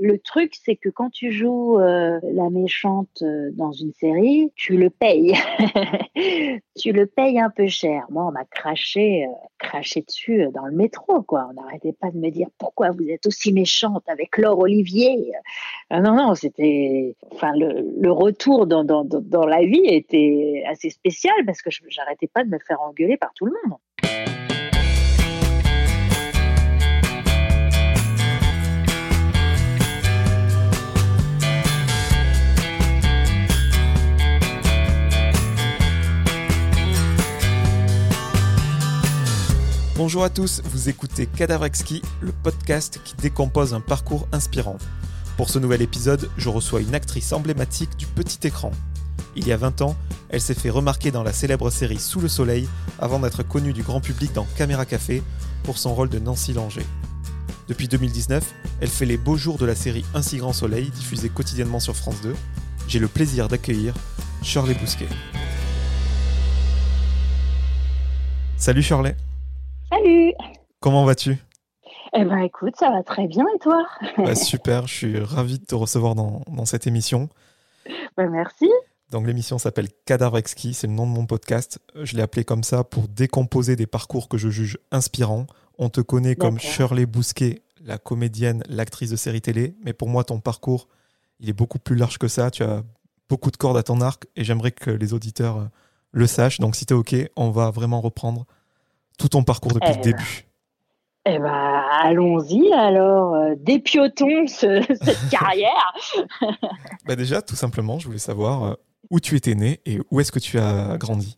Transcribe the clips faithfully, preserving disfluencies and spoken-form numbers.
le truc, c'est que quand tu joues euh, la méchante euh, dans une série, tu le payes. Tu le payes un peu cher. Moi, on m'a craché, euh, craché dessus euh, dans le métro, quoi. On n'arrêtait pas de me dire pourquoi vous êtes aussi méchante avec Laure Olivier. Euh, non, non, c'était, enfin, le, le retour dans, dans, dans dans la vie était assez spécial parce que je, j'arrêtais pas de me faire engueuler par tout le monde. Bonjour à tous, vous écoutez Cadavre Exquis, le podcast qui décompose un parcours inspirant. Pour ce nouvel épisode, je reçois une actrice emblématique du petit écran. Il y a vingt ans, elle s'est fait remarquer dans la célèbre série Sous le soleil avant d'être connue du grand public dans Caméra Café pour son rôle de Nancy Langer. Depuis deux mille dix-neuf, elle fait les beaux jours de la série Un si grand soleil, diffusée quotidiennement sur France deux. J'ai le plaisir d'accueillir Shirley Bousquet. Salut Shirley. Salut! Comment vas-tu? Eh ben écoute, ça va très bien et toi? Bah, super, je suis ravi de te recevoir dans, dans cette émission. Ben merci. Donc l'émission s'appelle Cadavre Exquis, c'est le nom de mon podcast. Je l'ai appelé comme ça pour décomposer des parcours que je juge inspirants. On te connaît comme D'accord. Shirley Bousquet, la comédienne, l'actrice de série télé. Mais pour moi, ton parcours, il est beaucoup plus large que ça. Tu as beaucoup de cordes à ton arc et j'aimerais que les auditeurs le sachent. Donc si t'es OK, on va vraiment reprendre tout ton parcours depuis Eh le ben, début. eh ben allons-y alors, euh, dépiotons ce- cette carrière. Bah déjà, tout simplement, je voulais savoir euh, où tu étais né et où est-ce que tu as grandi.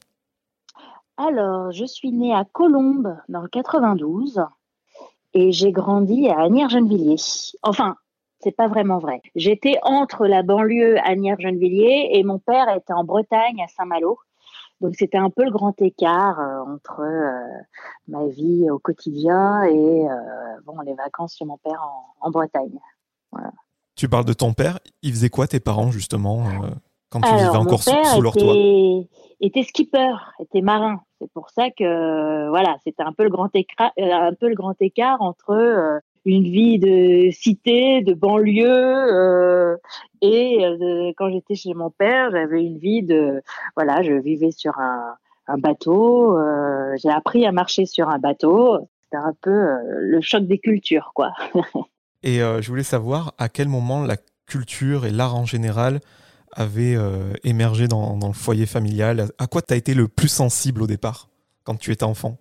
Alors, je suis née à Colombes dans le quatre-vingt-douze et j'ai grandi à Asnières-Gennevilliers. Enfin, c'est pas vraiment vrai. J'étais entre la banlieue Asnières-Gennevilliers et mon père était en Bretagne à Saint-Malo. Donc c'était un peu le grand écart euh, entre euh, ma vie au quotidien et euh, bon les vacances chez mon père en, en Bretagne. Voilà. Tu parles de ton père, il faisait quoi tes parents justement euh, quand tu vivais Alors mon encore sous, père sous leur toit? était était skipper, était marin. C'est pour ça que euh, voilà, c'était un peu le grand écart, euh, un peu le grand écart entre euh, une vie de cité, de banlieue euh, et euh, de- quand j'étais chez mon père, j'avais une vie de voilà, je vivais sur un un bateau, euh, j'ai appris à marcher sur un bateau. C'était un peu euh, le choc des cultures, quoi. Et euh, je voulais savoir à quel moment la culture et l'art en général avaient euh, émergé dans, dans le foyer familial. À quoi tu as été le plus sensible au départ quand tu étais enfant?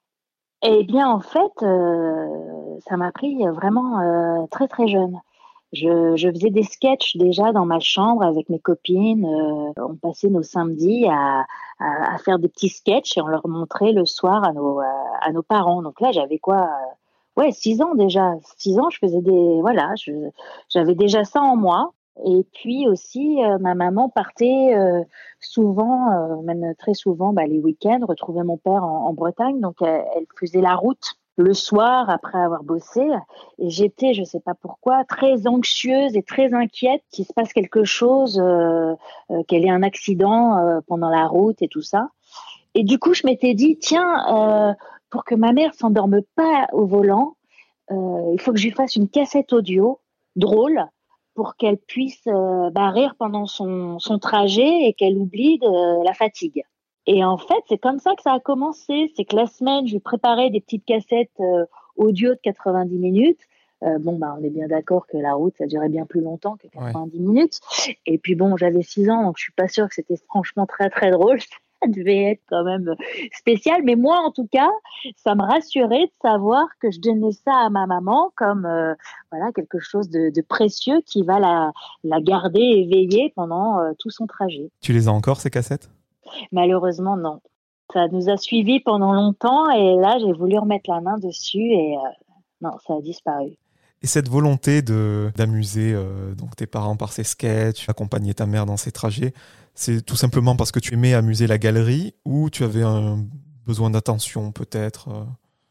Eh bien, en fait, euh, ça m'a pris vraiment euh, très très jeune. Je, je faisais des sketchs déjà dans ma chambre avec mes copines. Euh, on passait nos samedis à, à, à faire des petits sketchs et on leur montrait le soir à nos, à, à nos parents. Donc là, j'avais quoi? euh, Ouais, six ans déjà. Six ans, je faisais des... Voilà, je, j'avais déjà ça en moi. Et puis aussi, euh, ma maman partait euh, souvent, euh, même très souvent, bah, les week-ends, retrouver mon père en, en Bretagne. Donc, elle, elle faisait la route le soir après avoir bossé. Et j'étais, je sais pas pourquoi, très anxieuse et très inquiète qu'il se passe quelque chose, euh, euh, qu'elle ait un accident euh, pendant la route et tout ça. Et du coup, je m'étais dit, tiens, euh, pour que ma mère s'endorme pas au volant, euh, il faut que je lui fasse une cassette audio drôle pour qu'elle puisse euh, bah, rire pendant son, son trajet et qu'elle oublie de la fatigue. Et en fait, c'est comme ça que ça a commencé. C'est que la semaine, je lui préparais des petites cassettes euh, audio de quatre-vingt-dix minutes. Euh, bon, bah, on est bien d'accord que la route, ça durait bien plus longtemps que Ouais. quatre-vingt-dix minutes. Et puis bon, j'avais six ans, donc je suis pas sûre que c'était franchement très très drôle. Ça devait être quand même spécial. Mais moi, en tout cas, ça me rassurait de savoir que je donnais ça à ma maman comme euh, voilà quelque chose de, de précieux qui va la, la garder éveillée pendant euh, tout son trajet. Tu les as encore ces cassettes? Malheureusement, non. Ça nous a suivis pendant longtemps et là, j'ai voulu remettre la main dessus et euh, non, ça a disparu. Et cette volonté de d'amuser euh, donc tes parents par ces sketchs, accompagner ta mère dans ses trajets, c'est tout simplement parce que tu aimais amuser la galerie ou tu avais un besoin d'attention peut-être euh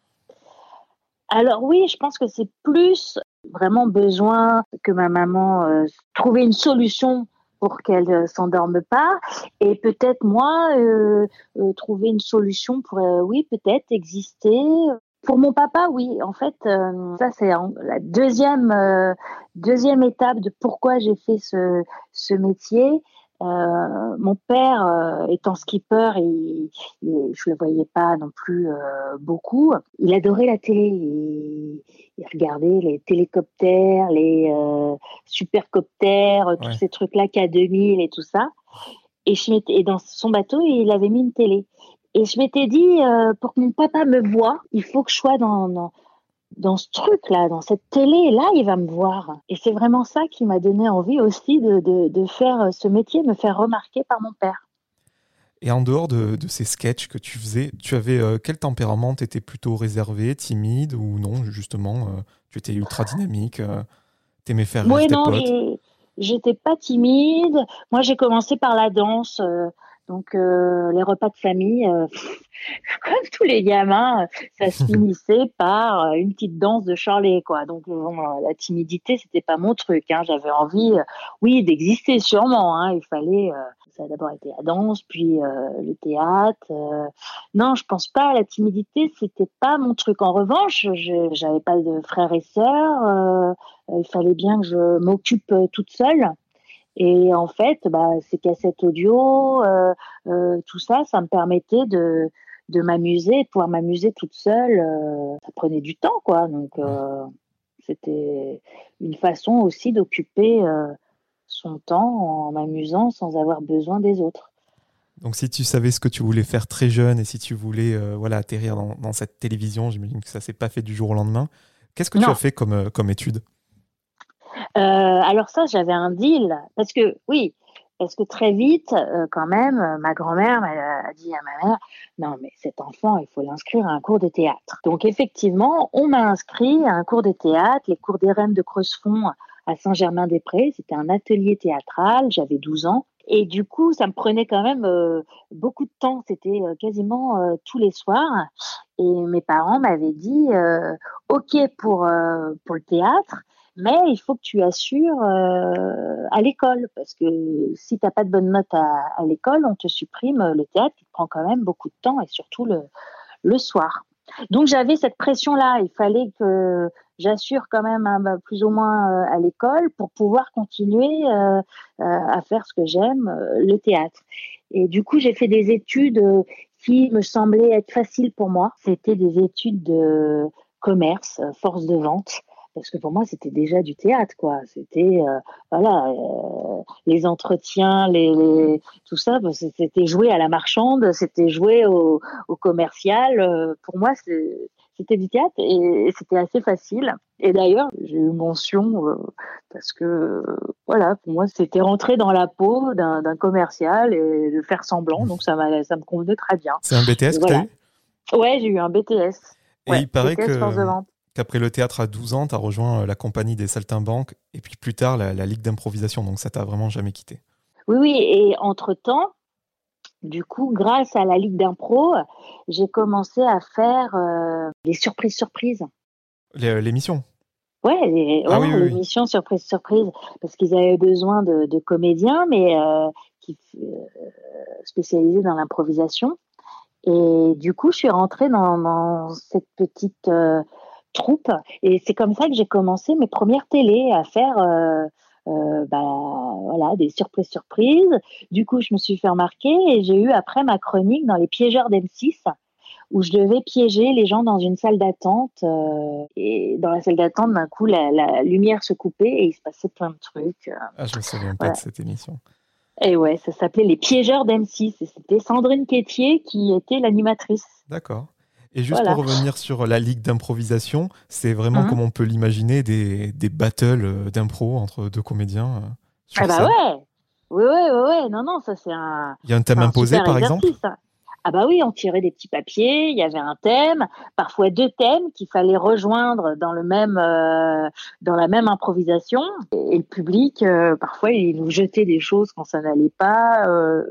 Alors oui, je pense que c'est plus vraiment besoin que ma maman euh, trouve une solution pour qu'elle ne s'endorme pas et peut-être moi euh, euh, trouver une solution pour euh, oui peut-être exister. Pour mon papa, oui. En fait, euh, ça c'est en- la deuxième euh, deuxième étape de pourquoi j'ai fait ce ce métier. Euh, mon père, euh, étant skipper, il, il- je le voyais pas non plus euh, beaucoup. Il adorait la télé. Il, il regardait les télécoptères, les euh, supercoptères, tous Ouais. ces trucs-là, K deux mille et tout ça. Et, je m'étais- et dans son bateau, il avait mis une télé. Et je m'étais dit, euh, pour que mon papa me voie, il faut que je sois dans, dans, dans ce truc-là, dans cette télé. Et là, il va me voir. Et c'est vraiment ça qui m'a donné envie aussi de, de, de faire ce métier, me faire remarquer par mon père. Et en dehors de, de ces sketchs que tu faisais, tu avais euh, quel tempérament? Tu étais plutôt réservé, timide ou non, justement, euh, tu étais ultra dynamique, euh, t'aimais faire rire Oui, tes non, potes? je j'étais pas timide. Moi, j'ai commencé par la danse. euh, donc, euh, les repas de famille, euh, comme tous les gamins, ça se finissait par euh, une petite danse de Charlet, quoi. Donc, euh, bon, euh, la timidité, c'était pas mon truc, hein. J'avais envie, euh, oui, d'exister sûrement, hein. Il fallait, euh, ça a d'abord été la danse, puis euh, le théâtre. euh. Non, je pense pas. La timidité, c'était pas mon truc. En revanche, je j'avais pas de frères et sœurs. euh, euh, il fallait bien que je m'occupe euh, toute seule. Et en fait, bah, ces cassettes audio, euh, euh, tout ça, ça me permettait de, de m'amuser, de pouvoir m'amuser toute seule. Euh, ça prenait du temps, quoi. Donc, Ouais. euh, c'était une façon aussi d'occuper euh, son temps en m'amusant sans avoir besoin des autres. Donc si tu savais ce que tu voulais faire très jeune et si tu voulais euh, voilà, atterrir dans, dans cette télévision, j'imagine que ça s'est pas fait du jour au lendemain. Qu'est-ce que tu as Non. fait comme, euh, comme étude? Euh, alors ça, j'avais un deal parce que oui, parce que très vite, euh, quand même, euh, ma grand-mère elle a dit à ma mère, non mais cet enfant, il faut l'inscrire à un cours de théâtre. Donc effectivement, on m'a inscrit à un cours de théâtre, les cours des Reines de Creusefond à Saint-Germain-des-Prés. C'était un atelier théâtral. J'avais douze ans. Et du coup, ça me prenait quand même euh, beaucoup de temps. C'était euh, quasiment euh, tous les soirs. Et mes parents m'avaient dit, euh, OK pour, euh, pour le théâtre, mais il faut que tu assures euh, à l'école, parce que si tu n'as pas de bonnes notes à, à l'école, on te supprime le théâtre qui prend quand même beaucoup de temps, et surtout le, le soir. Donc j'avais cette pression-là, il fallait que j'assure quand même hein, bah, plus ou moins euh, à l'école pour pouvoir continuer euh, euh, à faire ce que j'aime, euh, le théâtre. Et du coup, j'ai fait des études euh, qui me semblaient être faciles pour moi. C'était des études de commerce, euh, force de vente. Parce que pour moi, c'était déjà du théâtre, quoi. C'était, euh, voilà, euh, les entretiens, les, les, tout ça, bah, c'était joué à la marchande, c'était joué au, au commercial. Euh, pour moi, c'est, c'était du théâtre et, et c'était assez facile. Et d'ailleurs, j'ai eu mention euh, parce que, euh, voilà, pour moi, c'était rentrer dans la peau d'un, d'un commercial et de faire semblant. Donc, ça, m'a, ça me convenait très bien. C'est un B T S Et que tu as voilà. eu? Ouais, j'ai eu un B T S. Et Ouais, il paraît que, B T S force de euh, vente. qu'après le théâtre à douze ans, tu as rejoint euh, la compagnie des Saltimbanques et puis plus tard la, la Ligue d'improvisation. Donc ça t'a vraiment jamais quitté. Oui, oui. Et entre-temps, du coup, grâce à la Ligue d'impro, j'ai commencé à faire euh, des surprises surprises. Les- L'émission? Ouais, les, Ah voilà, oui, oui, oui. l'émission surprise surprise, parce qu'ils avaient besoin de, de comédiens, mais euh, qui euh, spécialisés dans l'improvisation. Et du coup, je suis rentrée dans, dans cette petite euh, troupe, et c'est comme ça que j'ai commencé mes premières télés à faire. Euh, euh, bah, voilà, des surprises surprises. Du coup, je me suis fait remarquer et j'ai eu après ma chronique dans les piégeurs d'M six où je devais piéger les gens dans une salle d'attente. Euh, et dans la salle d'attente, d'un coup, la, la lumière se coupait et il se passait plein de trucs. Euh, Ah, je me souviens pas de voilà. cette émission. Et ouais, ça s'appelait Les Piégeurs d'M six. Et c'était Sandrine Quétier qui était l'animatrice. D'accord. Et juste pour Voilà. revenir sur la ligue d'improvisation, c'est vraiment Hum. comme on peut l'imaginer des, des battles euh, d'impro entre deux comédiens euh, Ah sur bah scène. ouais. Oui, oui, oui, oui. Non, non, ça c'est un, Il y a un c'est thème un imposé, super par exemple? exercice, ça. Ah bah oui, on tirait des petits papiers, il y avait un thème, parfois deux thèmes qu'il fallait rejoindre dans le même, euh, dans la même improvisation. Et, et le public, euh, parfois, il nous jetait des choses quand ça n'allait pas. Euh...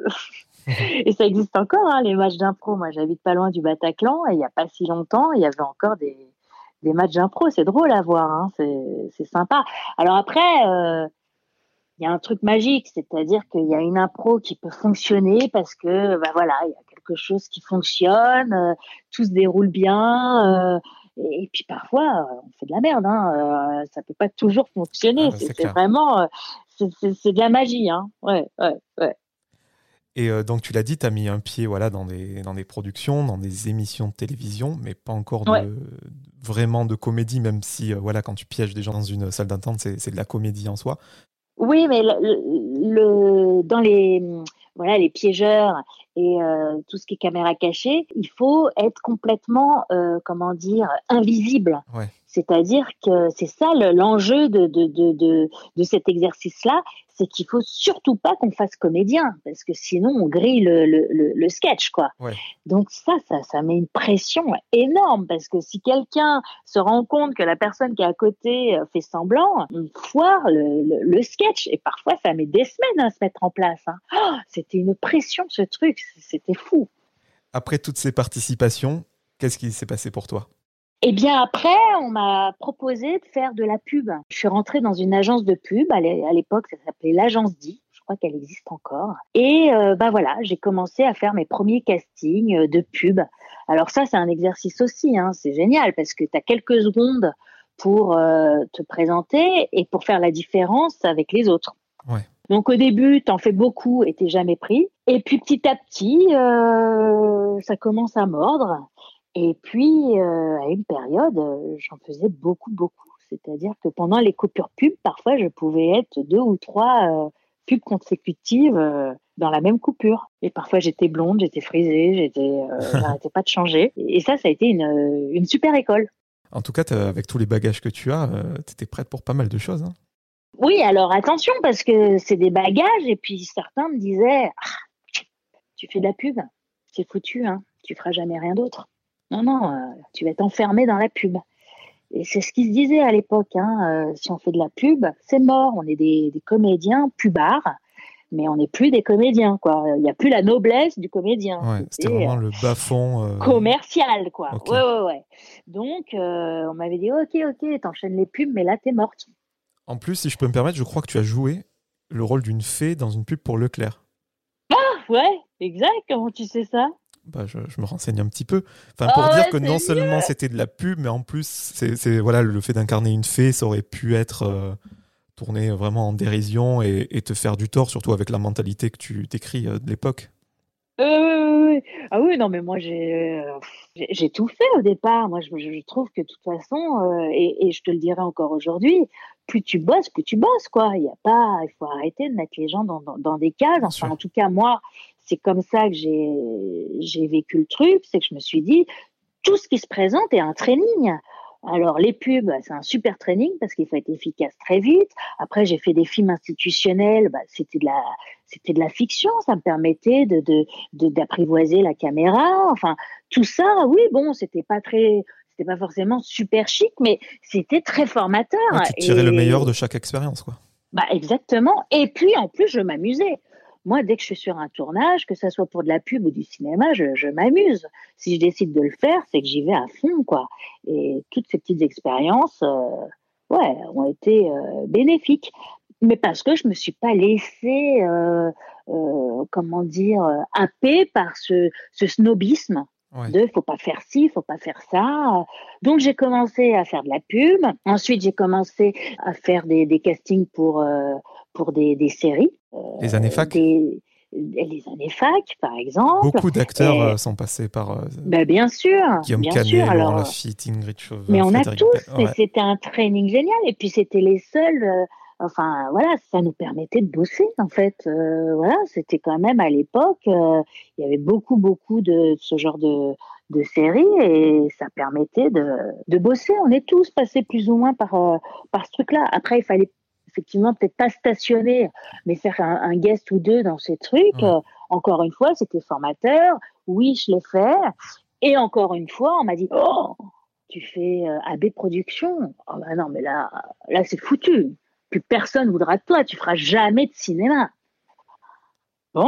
Et ça existe encore, hein, les matchs d'impro. Moi, j'habite pas loin du Bataclan et il y a pas si longtemps, il y avait encore des, des matchs d'impro. C'est drôle à voir, hein, c'est, c'est sympa. Alors après. Euh, il y a un truc magique, c'est-à-dire qu'il y a une impro qui peut fonctionner parce que, bah voilà, il y a quelque chose qui fonctionne, euh, tout se déroule bien, euh, Et, et puis parfois, on fait de la merde. Hein. Euh, ça peut pas toujours fonctionner. Ah, bah, c'est, c'est c'est clair. vraiment, euh, c'est, c'est, c'est de la magie. Hein. Ouais, ouais, ouais. Et euh, donc, tu l'as dit, tu as mis un pied voilà, dans, des, dans des productions, dans des émissions de télévision, mais pas encore Ouais. de, vraiment de comédie, même si, euh, voilà, quand tu pièges des gens dans une salle d'attente, c'est, c'est de la comédie en soi. Oui, mais le, le- dans les, voilà, les piégeurs et euh, tout ce qui est caméra cachée, il faut être complètement, euh, comment dire, invisible. Ouais, C'est-à-dire que c'est ça le- l'enjeu de, de, de, de, de cet exercice-là, c'est qu'il faut surtout pas qu'on fasse comédien, parce que sinon on grille le, le, le, le sketch, quoi. ouais. Donc ça, ça, ça met une pression énorme, parce que si quelqu'un se rend compte que la personne qui est à côté fait semblant, on foire le, le, le sketch. Et parfois, ça met des semaines à se mettre en place. Hein. Oh, c'était une pression, ce truc. C'était fou. Après toutes ces participations, qu'est-ce qui s'est passé pour toi? Et bien après, on m'a proposé de faire de la pub. Je suis rentrée dans une agence de pub. À l'époque, ça s'appelait l'agence D. Je crois qu'elle existe encore. Et euh, bah voilà, j'ai commencé à faire mes premiers castings de pub. Alors ça, c'est un exercice aussi. Hein, c'est génial parce que tu as quelques secondes pour euh, te présenter et pour faire la différence avec les autres. Ouais. Donc au début, t'en fais beaucoup et t'es jamais pris. Et puis petit à petit, euh, ça commence à mordre. Et puis euh, à une période, euh, j'en faisais beaucoup, beaucoup. C'est-à-dire que pendant les coupures pub, parfois je pouvais être deux ou trois euh, pubs consécutives euh, dans la même coupure. Et parfois j'étais blonde, j'étais frisée, j'étais, euh, j'arrêtais pas de changer. Et ça, ça a été une, une super école. En tout cas, avec tous les bagages que tu as, euh, tu étais prête pour pas mal de choses. Hein. Oui, alors attention, parce que c'est des bagages, et puis certains me disaient ah, tu fais de la pub, c'est foutu, hein, tu feras jamais rien d'autre. Non, non, euh, tu vas t'enfermer dans la pub. Et c'est ce qui se disait à l'époque, hein, euh, si on fait de la pub, c'est mort, on est des, des comédiens pubards, mais on n'est plus des comédiens, quoi. Il n'y a plus la noblesse du comédien. Ouais, c'était C'était vraiment euh, le bas-fond. Euh... commercial, quoi. Okay. Ouais, ouais, ouais. Donc, euh, on m'avait dit, ok, ok, t'enchaînes les pubs, mais là, t'es morte. En plus, si je peux me permettre, je crois que tu as joué le rôle d'une fée dans une pub pour Leclerc. Ah, ouais, exact. Comment tu sais ça? Bah, je, je me renseigne un petit peu. Enfin, pour oh, dire ouais, que non mieux. seulement c'était de la pub, mais en plus, c'est, c'est voilà, le fait d'incarner une fée, ça aurait pu être euh, tourné vraiment en dérision et, et te faire du tort, surtout avec la mentalité que tu décris euh, de l'époque. Euh, oui, ah oui, non, mais moi, j'ai, euh, j'ai, j'ai tout fait au départ. Moi, je, je trouve que de toute façon, euh, et, et je te le dirai encore aujourd'hui, plus tu bosses, plus tu bosses, quoi. Il y a pas, il faut arrêter de mettre les gens dans, dans, dans des cases. Bien Enfin, sûr. en tout cas, moi, c'est comme ça que j'ai, j'ai vécu le truc. C'est que je me suis dit, tout ce qui se présente est un training. Alors, les pubs, c'est un super training parce qu'il faut être efficace très vite. Après, j'ai fait des films institutionnels. Bah, c'était de la, c'était de la fiction. Ça me permettait de, de, de, d'apprivoiser la caméra. Enfin, tout ça, oui, bon, c'était pas très, c'était pas forcément super chic, mais c'était très formateur. Ouais, tu tirais et... le meilleur de chaque expérience, quoi. Bah, exactement. Et puis, en plus, je m'amusais. Moi, dès que je suis sur un tournage, que ça soit pour de la pub ou du cinéma, je, je m'amuse. Si je décide de le faire, c'est que j'y vais à fond, quoi. Et toutes ces petites expériences, euh, ouais, ont été euh, bénéfiques. Mais parce que je me suis pas laissée, euh, euh, comment dire, euh, happer par ce, ce snobisme. Ouais. De faut pas faire ci, faut pas faire ça. Donc j'ai commencé à faire de la pub. Ensuite j'ai commencé à faire des, des castings pour euh, pour des, des séries. Euh, les années fac. Des, les années fac, par exemple. Beaucoup d'acteurs Et, euh, sont passés par. Euh, ben bien sûr, Guillaume bien Canet, sûr. Laurent Alors, Lafitte, Ingrid Chauvin. mais on Frédéric a tous. Ouais. Et c'était un training génial. Et puis c'était les seuls. Euh, Enfin, voilà, ça nous permettait de bosser, en fait. Euh, voilà, c'était quand même à l'époque, euh, il y avait beaucoup, beaucoup de ce genre de, de séries et ça permettait de, de bosser. On est tous passés plus ou moins par, euh, par ce truc-là. Après, il fallait effectivement peut-être pas stationner, mais faire un, un guest ou deux dans ces trucs. Ouais. Euh, encore une fois, c'était formateur. Oui, je l'ai fait. Et encore une fois, on m'a dit, oh, tu fais euh, A B Productions. Oh, bah non, mais là, là, c'est foutu. Plus personne voudra de toi, tu feras jamais de cinéma. Bon.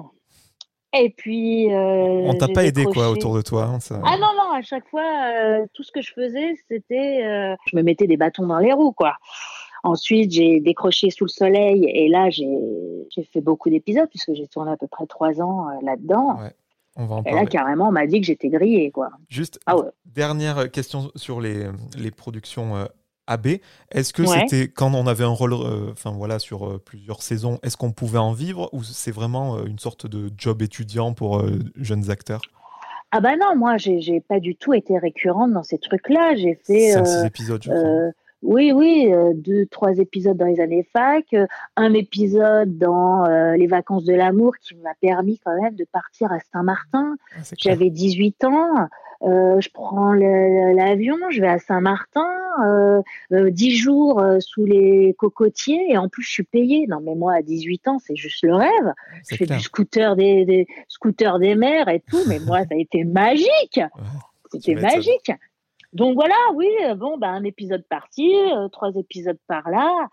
Et puis. Euh, on t'a pas décroché... aidé, quoi, autour de toi. Hein, ça... Ah non, non, à chaque fois, euh, tout ce que je faisais, c'était. Euh, je me mettais des bâtons dans les roues, quoi. Ensuite, j'ai décroché Sous le soleil et là, j'ai, j'ai fait beaucoup d'épisodes puisque j'ai tourné à peu près trois ans euh, là-dedans. Ouais. On va en Et parler. là, carrément, on m'a dit que j'étais grillée, quoi. Juste, Ah ouais. dernière question sur les, les productions euh, A B. Est-ce que Ouais. c'était quand on avait un rôle, euh, enfin voilà, sur euh, plusieurs saisons, est-ce qu'on pouvait en vivre ou c'est vraiment euh, une sorte de job étudiant pour euh, jeunes acteurs? Ah bah non, moi, j'ai, j'ai pas du tout été récurrente dans ces trucs-là. J'ai fait, Cinq, six euh, épisodes, je crois. euh, oui, oui, euh, deux, trois épisodes dans les années fac, euh, un épisode dans euh, les vacances de l'amour qui m'a permis quand même de partir à Saint-Martin. Ah, c'est clair. J'avais dix-huit ans, euh, je prends le- l'avion, je vais à Saint-Martin, euh, euh, dix jours euh, sous les cocotiers et en plus je suis payée. Non mais moi à dix-huit ans, c'est juste le rêve. Je C'est fais du clair. scooter des, des scooters des mers et tout, mais moi ça a été magique. Ouais, tu C'était m'étonnes. magique. Donc voilà, oui, euh, bon, bah, un épisode par-ci, euh, trois épisodes par-là.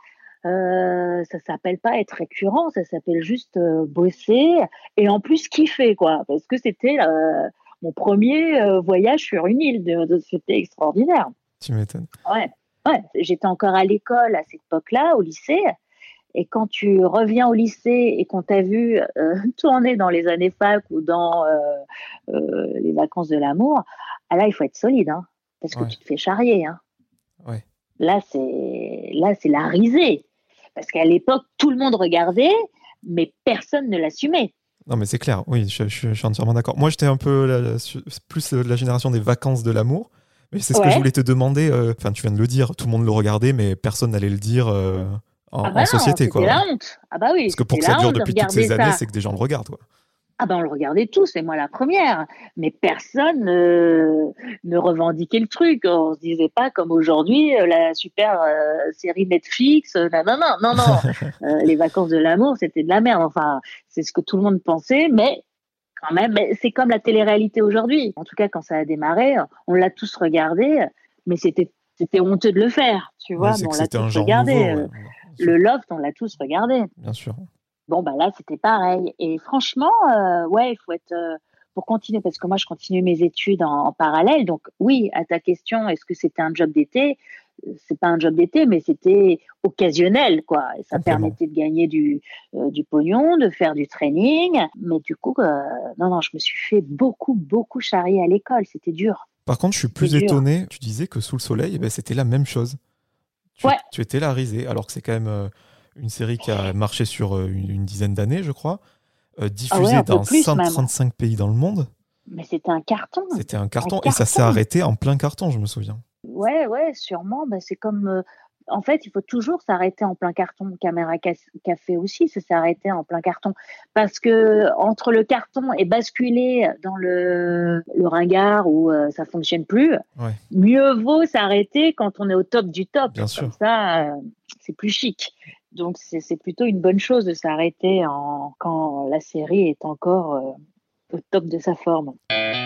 Euh, ça s'appelle pas être récurrent, ça s'appelle juste euh, bosser et en plus kiffer, quoi. Parce que c'était euh, mon premier euh, voyage sur une île, de, de- c'était extraordinaire. Tu m'étonnes. Ouais, ouais. J'étais encore à l'école à cette époque-là, au lycée. Et quand tu reviens au lycée et qu'on t'a vu euh, tourner dans les années fac ou dans euh, euh, les vacances de l'amour, ah là, il faut être solide, hein, parce que Ouais. tu te fais charrier. Hein. Ouais. Là, c'est là, c'est la risée. Parce qu'à l'époque, tout le monde regardait, mais personne ne l'assumait. Non, mais c'est clair, oui, je, je- je suis entièrement d'accord. Moi, j'étais un peu la- la- su- plus euh, de la génération des vacances de l'amour. Mais c'est ce que je Ouais. voulais te demander. euh, Enfin, tu viens de le dire, tout le monde le regardait, mais personne n'allait le dire euh, en, Ah en bah non, société, c'était quoi. la honte. Ah bah oui, Parce que pour c'était que ça la dure honte de depuis toutes regarder ces années, ça. c'est que des gens le regardent, quoi. Ah ben on le regardait tous, et moi la première, mais personne euh, ne revendiquait le truc. On se disait pas comme aujourd'hui euh, la super euh, série Netflix. euh, non non non non non. Euh, les vacances de l'amour c'était de la merde. Enfin c'est ce que tout le monde pensait, mais quand même mais c'est comme la télé-réalité aujourd'hui. En tout cas quand ça a démarré, on l'a tous regardé, mais c'était c'était honteux de le faire, tu Oui, vois. c'est Mais que on l'a c'était un tous genre regardé. nouveau, ouais, Euh, bien sûr. Le Loft on l'a tous regardé. Bien sûr. Bon, bah là, c'était pareil. Et franchement, euh, ouais, il faut être euh, pour continuer, parce que moi, je continue mes études en, en parallèle. Donc, oui, à ta question, est-ce que c'était un job d'été? Euh, C'est pas un job d'été, mais c'était occasionnel, quoi. Et ça Complètement. permettait de gagner du, euh, du pognon, de faire du training. Mais du coup, euh, non, non, je me suis fait beaucoup, beaucoup charrier à l'école. C'était dur. Par contre, je suis C'était plus dur. étonné. Tu disais que Sous le soleil, eh ben, c'était la même chose. Tu, Ouais. tu étais la risée, alors que c'est quand même euh, une série qui a marché sur euh, une, une dizaine d'années, je crois, euh, Ah ouais, diffusée un peu dans plus même. cent trente-cinq pays dans le monde. Mais c'était un carton. C'était un Un carton et ça s'est carton. arrêté en plein carton, je me souviens. Ouais, ouais, sûrement. Ben, c'est comme. euh, en fait, il faut toujours s'arrêter en plein carton. Caméra Ca- Café aussi, ça s'est arrêté en plein carton. Parce que entre le carton et basculer dans le, le ringard où euh, ça fonctionne plus, Ouais, mieux vaut s'arrêter quand on est au top du top. bien sûr. Comme ça, euh, c'est plus chic. Donc, c'est c'est plutôt une bonne chose de s'arrêter en, quand la série est encore euh, au top de sa forme.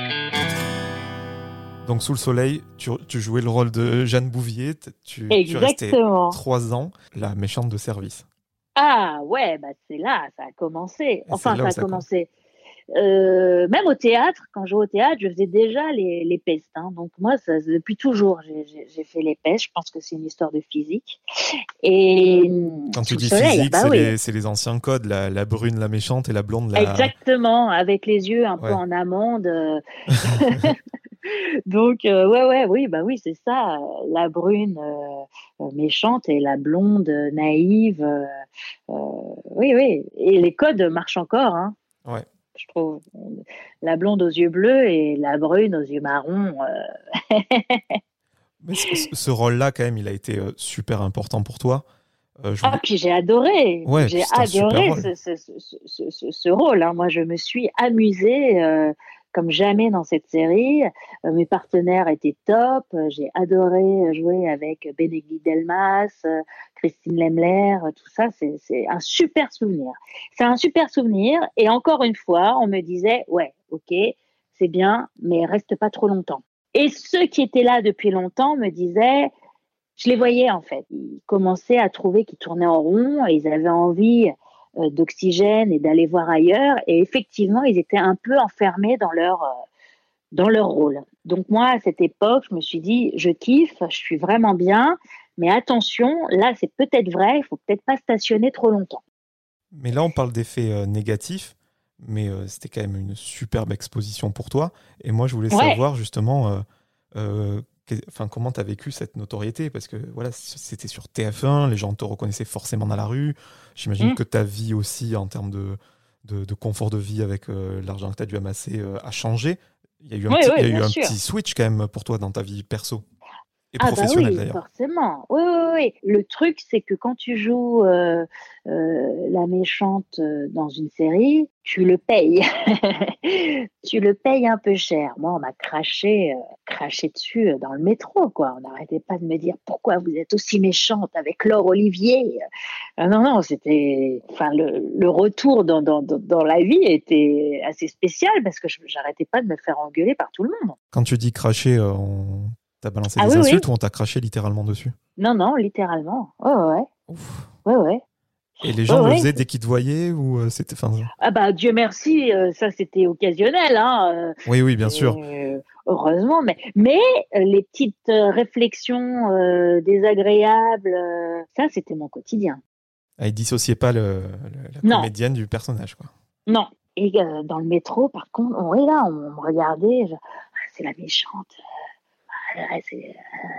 Donc, Sous le soleil, tu, tu jouais le rôle de Jeanne Bouvier. t- Tu, tu restais Exactement. trois ans, la méchante de service. Ah ouais, bah c'est là, ça a commencé. Et c'est Enfin, là ça où a ça commence. commencé. Euh, même au théâtre, quand je jouais au théâtre, je faisais déjà les, les pestes. Hein. Donc moi, ça, depuis toujours, j'ai- j'ai j'ai fait les pestes. Je pense que c'est une histoire de physique. Et Quand tu sous le dis soleil, physique, bah c'est oui. les, c'est les anciens codes, la, la brune, la méchante et la blonde, la... Exactement, avec les yeux un peu Ouais. en amande. euh. Donc euh, ouais, ouais, oui, bah oui, c'est ça. euh, La brune euh, euh, méchante et la blonde euh, naïve. euh, euh, oui, oui. Et les codes marchent encore. Hein. Ouais. Je trouve. La blonde aux yeux bleus et la brune aux yeux marrons. euh. Mais ce, ce- ce rôle-là, quand même, il a été euh, super important pour toi. Euh, je Ah, voulais- puis j'ai adoré. Ouais, puis J'ai c'était un super adoré rôle. ce, ce, ce, ce, ce- ce rôle. Hein. Moi, je me suis amusée euh, comme jamais dans cette série. Euh, mes partenaires étaient top. Euh, J'ai adoré jouer avec Benegui Delmas, euh, Christine Lemler. euh, Tout ça, c'est c'est un super souvenir. C'est un super souvenir. Et encore une fois, on me disait, ouais, ok, c'est bien, mais reste pas trop longtemps. Et ceux qui étaient là depuis longtemps me disaient, je les voyais en fait. Ils commençaient à trouver qu'ils tournaient en rond et ils avaient envie euh, d'oxygène et d'aller voir ailleurs. Et effectivement, ils étaient un peu enfermés dans leur, euh, dans leur rôle. Donc moi, à cette époque, je me suis dit, je kiffe, je suis vraiment bien, mais attention, là, c'est peut-être vrai, il faut peut-être pas stationner trop longtemps. Mais là, on parle d'effets euh, négatifs. mais euh, c'était quand même une superbe exposition pour toi. Et moi, je voulais Ouais. savoir justement euh, euh, que- enfin, comment tu as vécu cette notoriété, parce que voilà, c- c'était sur T F un, les gens te reconnaissaient forcément dans la rue. J'imagine Mm. que ta vie aussi, en termes de, de, de confort de vie avec euh, l'argent que tu as dû amasser, euh, a changé. Il y a eu un Oui, petit, il oui, y a eu bien un sûr. petit switch quand même pour toi dans ta vie perso et Ah bah professionnelle oui, d'ailleurs. forcément. Oui, oui, oui. Le truc, c'est que quand tu joues euh, euh, la méchante euh, dans une série, tu le payes. Tu le payes un peu cher. Moi, on m'a craché, euh, craché dessus euh, dans le métro, quoi. On n'arrêtait pas de me dire pourquoi vous êtes aussi méchante avec Laure Olivier. Ah non, non, c'était, enfin, le, le retour dans, dans, dans dans la vie était assez spécial parce que je j'arrêtais pas de me faire engueuler par tout le monde. Quand tu dis cracher, euh, on t'a balancé Ah des oui, oui. insultes ou on t'a craché littéralement dessus? Non, non, littéralement. Ouais, ouais, Ouf. ouais, ouais. Et les Ouais, gens le ouais. faisaient dès qu'ils te voyaient ou euh, c'était... Enfin, Ah bah Dieu merci, euh, ça c'était occasionnel, hein. oui, oui, bien sûr. euh, heureusement, mais mais euh, les petites euh, réflexions euh, désagréables, euh, ça c'était mon quotidien. Ah, ils dissociaient pas le, le- la Non, comédienne du personnage, quoi. non. Et euh, dans le métro, par contre, on est là, on, me regardait, je- ah, c'est la méchante. Ah, c'est-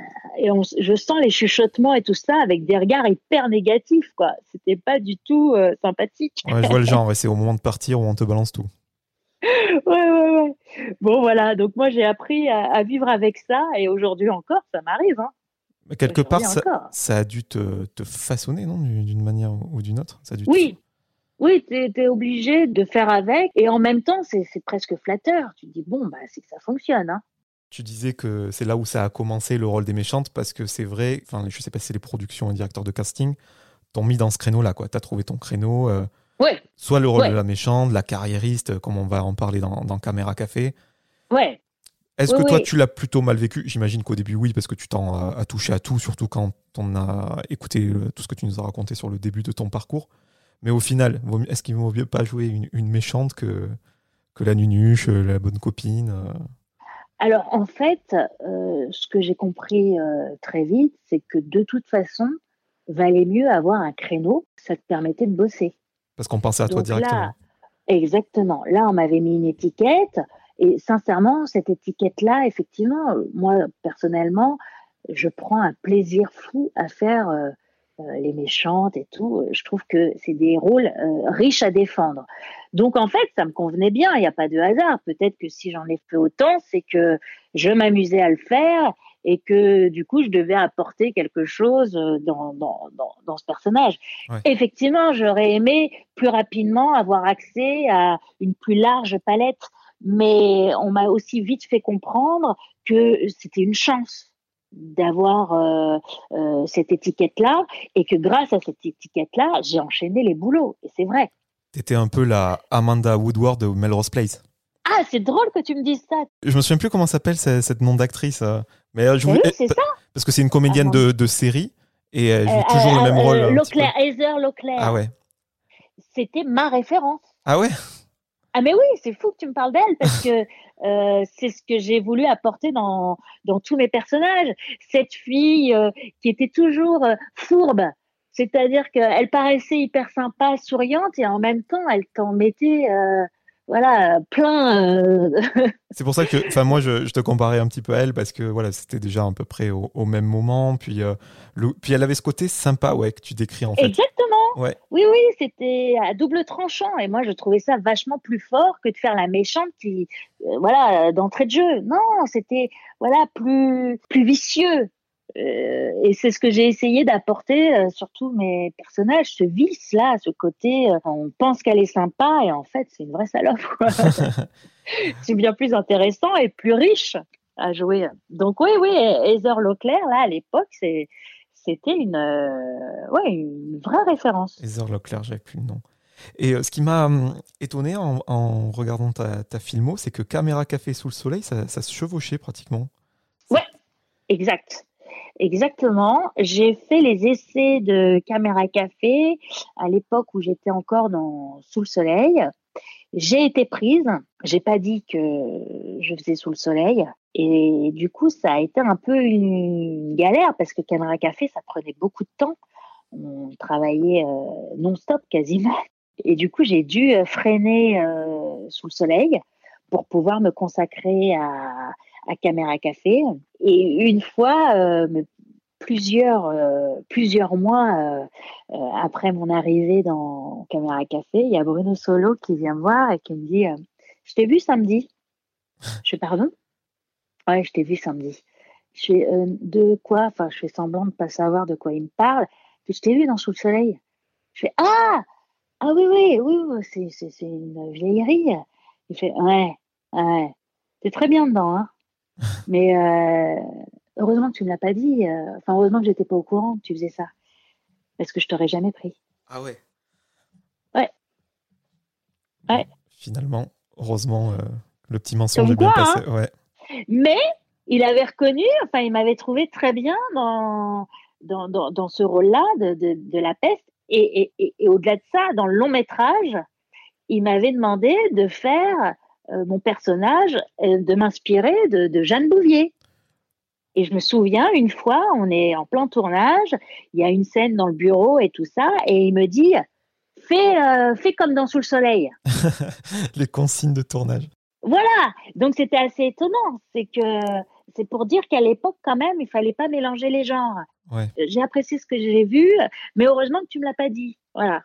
et on, je sens les chuchotements et tout ça avec des regards hyper négatifs, quoi. C'était pas du tout euh, sympathique. Ouais, je vois le genre, ouais, c'est au moment de partir où on te balance tout. Ouais, ouais, ouais. Bon, voilà. Donc, moi, j'ai appris à, à vivre avec ça. Et aujourd'hui encore, ça m'arrive. Hein. Mais quelque part, Aujourd'hui ça, encore. ça a dû te, te façonner, non, d'une d'une manière ou d'une autre? Ça a dû te... Oui, oui, tu es obligé de faire avec. Et en même temps, c'est c'est presque flatteur. Tu te dis, bon, bah, c'est que ça fonctionne. Hein. Tu disais que c'est là où ça a commencé le rôle des méchantes parce que c'est vrai, enfin, je sais pas si c'est les productions et directeurs de casting t'ont mis dans ce créneau-là, quoi. T'as trouvé ton créneau, euh, Ouais, soit le rôle de ouais, la méchante, de la carriériste, euh, comme on va en parler dans, dans Caméra Café. ouais. Est-ce Oui, que toi, oui. tu l'as plutôt mal vécu? J'imagine qu'au début, oui, parce que tu t'en as, as touché à tout, surtout quand on a écouté euh, tout ce que tu nous as raconté sur le début de ton parcours. Mais au final, vaut mieux- est-ce qu'il vaut mieux pas jouer une, une méchante que, que la nunuche, euh, la bonne copine? euh Alors, en fait, euh, ce que j'ai compris euh, très vite, c'est que de toute façon, valait mieux avoir un créneau. Ça te permettait de bosser. Parce qu'on pensait à toi Donc là, directement. exactement. Là, on m'avait mis une étiquette et sincèrement, cette étiquette-là, effectivement, euh, moi, personnellement, je prends un plaisir fou à faire euh, euh, les méchantes et tout. Je trouve que c'est des rôles euh, riches à défendre. Donc, en fait, ça me convenait bien. Il n'y a pas de hasard. Peut-être que si j'en ai fait autant, c'est que je m'amusais à le faire et que du coup, je devais apporter quelque chose euh, dans, dans, dans, dans ce personnage. Ouais. Effectivement, j'aurais aimé plus rapidement avoir accès à une plus large palette, mais on m'a aussi vite fait comprendre que c'était une chance d'avoir euh, euh, cette étiquette-là et que grâce à cette étiquette-là, j'ai enchaîné les boulots. Et c'est vrai. T'étais un peu la Amanda Woodward de Melrose Place. Ah, c'est drôle que tu me dises ça. Je me souviens plus comment s'appelle cette, cette nom d'actrice. euh, Mais euh, je Ben voulais... oui, c'est ça. Parce que c'est une comédienne Amanda. de, de série et elle Euh, joue toujours le euh, même rôle euh, un petit peu. Leclerc, Heather Ah Leclerc. ouais. C'était ma référence. Ah ouais? Ah mais oui, c'est fou que tu me parles d'elle parce que euh, c'est ce que j'ai voulu apporter dans dans tous mes personnages. Cette fille euh, qui était toujours euh, fourbe, c'est-à-dire qu'elle paraissait hyper sympa, souriante et en même temps elle t'en mettait euh, voilà plein. Euh... C'est pour ça que, enfin, moi, je, je te comparais un petit peu à elle parce que voilà, c'était déjà à peu près au, au même moment. Puis, euh, le, puis elle avait ce côté sympa, ouais, que tu décris en fait. Exactement. Ouais. Oui, oui, c'était à double tranchant et moi je trouvais ça vachement plus fort que de faire la méchante qui, euh, voilà, d'entrée de jeu. Non, c'était voilà plus plus vicieux. Euh, et c'est ce que j'ai essayé d'apporter euh, sur tous mes personnages, ce vice-là, ce côté, euh, on pense qu'elle est sympa et en fait c'est une vraie salope. Quoi. C'est bien plus intéressant et plus riche à jouer. Donc oui, oui, Heather Leclerc, là, à l'époque, c'est, c'était une, euh, ouais, une vraie référence. Heather Leclerc, j'avais plus le nom. Et euh, ce qui m'a hum, étonné en, en regardant ta, ta filmo, c'est que Caméra Café sous le soleil, ça, ça se chevauchait pratiquement. C'est... Ouais, exact. Exactement. J'ai fait les essais de Caméra Café à l'époque où j'étais encore dans Sous le soleil. J'ai été prise. J'ai pas dit que je faisais Sous le soleil. Et du coup, ça a été un peu une galère parce que Caméra Café, ça prenait beaucoup de temps. On travaillait euh, non-stop quasiment. Et du coup, j'ai dû freiner euh, sous le soleil pour pouvoir me consacrer à, à Caméra Café. Et une fois, euh, plusieurs, euh, plusieurs mois euh, euh, après mon arrivée dans Caméra Café, il y a Bruno Solo qui vient me voir et qui me dit euh, « Je t'ai vu samedi ». Je fais « Pardon ?»« Ouais, je t'ai vu samedi ». Je fais euh, « De quoi ?» Enfin, je fais semblant de ne pas savoir de quoi il me parle. Puis, je t'ai vu dans Sous le soleil. Je fais « Ah !» Ah oui, oui, oui, oui c'est, c'est, c'est une vieillerie. Il fait, ouais, ouais, t'es très bien dedans, hein. Mais euh, heureusement que tu ne me l'as pas dit. Euh, enfin, heureusement que j'étais pas au courant que tu faisais ça. Parce que je t'aurais jamais pris. Ah ouais. Ouais. Bon, ouais. Finalement, heureusement, euh, le petit mensonge Comme est bien quoi, passé. hein. Ouais. Mais il avait reconnu, enfin, il m'avait trouvé très bien dans, dans, dans, dans ce rôle-là de, de, de la peste. Et, et, et, et au-delà de ça, dans le long métrage, il m'avait demandé de faire euh, mon personnage, euh, de m'inspirer de, de Jeanne Bouvier. Et je me souviens, une fois, on est en plein tournage, il y a une scène dans le bureau et tout ça, et il me dit « Fais, euh, fais comme dans Sous le soleil ». Les consignes de tournage. Voilà, donc c'était assez étonnant. C'est que c'est pour dire qu'à l'époque, quand même, il fallait pas mélanger les genres. Ouais. J'ai apprécié ce que j'ai vu, mais heureusement que tu me l'as pas dit. Voilà,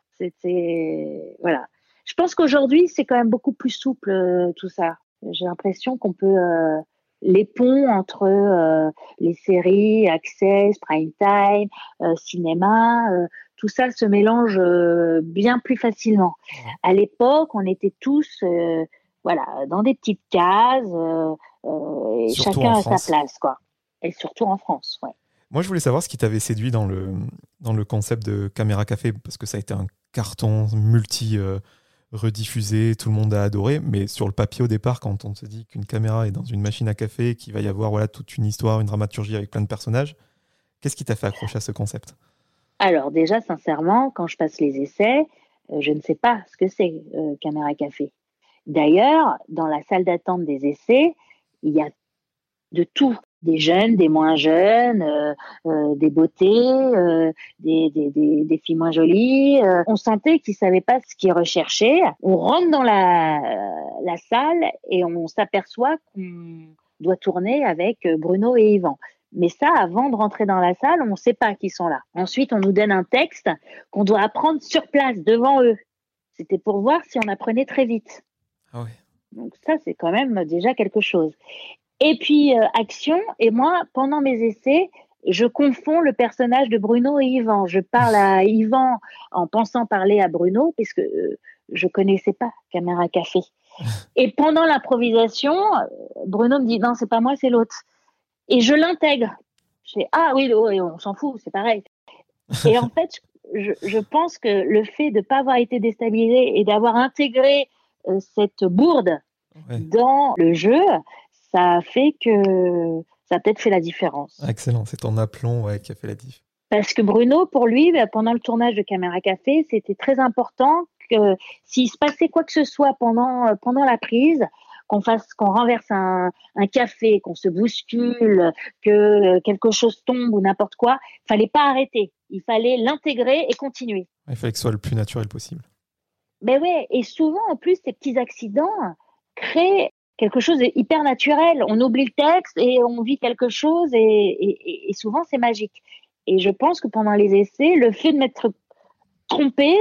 c'était voilà. Je pense qu'aujourd'hui, c'est quand même beaucoup plus souple euh, tout ça. J'ai l'impression qu'on peut euh, les ponts entre euh, les séries, Access, Prime Time, euh, cinéma, euh, tout ça se mélange euh, bien plus facilement. Ouais. À l'époque, on était tous euh, voilà dans des petites cases, euh, euh, et chacun à sa place, quoi. Et surtout en France, ouais. Moi, je voulais savoir ce qui t'avait séduit dans le, dans le concept de Caméra Café, parce que ça a été un carton multi euh, rediffusé, tout le monde a adoré, mais sur le papier au départ, quand on se dit qu'une caméra est dans une machine à café, qu'il va y avoir voilà, toute une histoire, une dramaturgie avec plein de personnages, qu'est-ce qui t'a fait accrocher à ce concept ? Alors déjà, sincèrement, quand je passe les essais, euh, je ne sais pas ce que c'est euh, Caméra Café. D'ailleurs, dans la salle d'attente des essais, il y a de tout. Des jeunes, des moins jeunes, euh, euh, des beautés, euh, des, des, des, des filles moins jolies. Euh, on sentait qu'ils savaient pas ce qu'ils recherchaient. On rentre dans la, euh, la salle et on s'aperçoit qu'on doit tourner avec Bruno et Yvan. Mais ça, avant de rentrer dans la salle, on ne sait pas qu'ils sont là. Ensuite, on nous donne un texte qu'on doit apprendre sur place, devant eux. C'était pour voir si on apprenait très vite. Ah ouais. Donc ça, c'est quand même déjà quelque chose. Et puis, euh, action. Et moi, pendant mes essais, je confonds le personnage de Bruno et Yvan. Je parle à Yvan en pensant parler à Bruno, puisque euh, je connaissais pas Caméra Café. Et pendant l'improvisation, Bruno me dit « Non, c'est pas moi, c'est l'autre ». Et je l'intègre. Je fais « Ah oui, oui, on s'en fout, c'est pareil ». Et en fait, je, je pense que le fait de ne pas avoir été déstabilisé et d'avoir intégré euh, cette bourde ouais. dans le jeu, ça a fait que ça a peut-être fait la différence. Excellent, c'est ton aplomb ouais, qui a fait la diff. Parce que Bruno, pour lui, pendant le tournage de Caméra Café, c'était très important que s'il se passait quoi que ce soit pendant, pendant la prise, qu'on fasse, qu'on renverse un, un café, qu'on se bouscule, que quelque chose tombe ou n'importe quoi, il fallait pas arrêter. Il fallait l'intégrer et continuer. Il fallait que ce soit le plus naturel possible. Mais ouais, et souvent, en plus, ces petits accidents créent quelque chose de hyper naturel. On oublie le texte et on vit quelque chose et, et, et souvent, c'est magique. Et je pense que pendant les essais, le fait de m'être trompé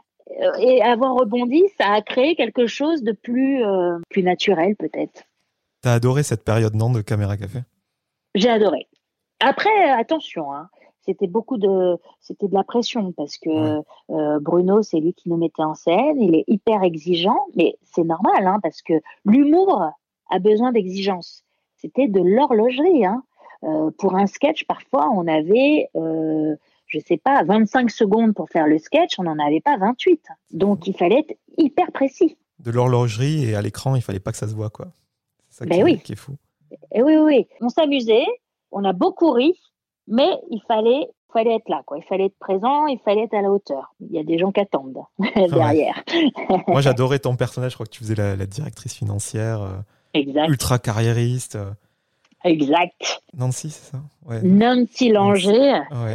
et avoir rebondi, ça a créé quelque chose de plus, euh, plus naturel, peut-être. T'as adoré cette période, non, de Caméra Café ? J'ai adoré. Après, attention, hein, c'était beaucoup de, c'était de la pression parce que ouais. euh, Bruno, c'est lui qui nous mettait en scène. Il est hyper exigeant, mais c'est normal, hein, parce que l'humour a besoin d'exigence. C'était de l'horlogerie, hein. Euh, pour un sketch, parfois, on avait, euh, je sais pas, vingt-cinq secondes pour faire le sketch, on n'en avait pas vingt-huit. Donc, il fallait être hyper précis. De l'horlogerie et à l'écran, il fallait pas que ça se voit, quoi. C'est ça ben qui, oui. qui est fou. Et oui, oui, on s'amusait, on a beaucoup ri, mais il fallait, fallait être là, quoi. Il fallait être présent, il fallait être à la hauteur. Il y a des gens qui attendent derrière. Ouais. Moi, j'adorais ton personnage. Je crois que tu faisais la, la directrice financière, euh, exact. ultra carriériste. Euh. Exact. Nancy, c'est ça ouais. Nancy Langer, ouais.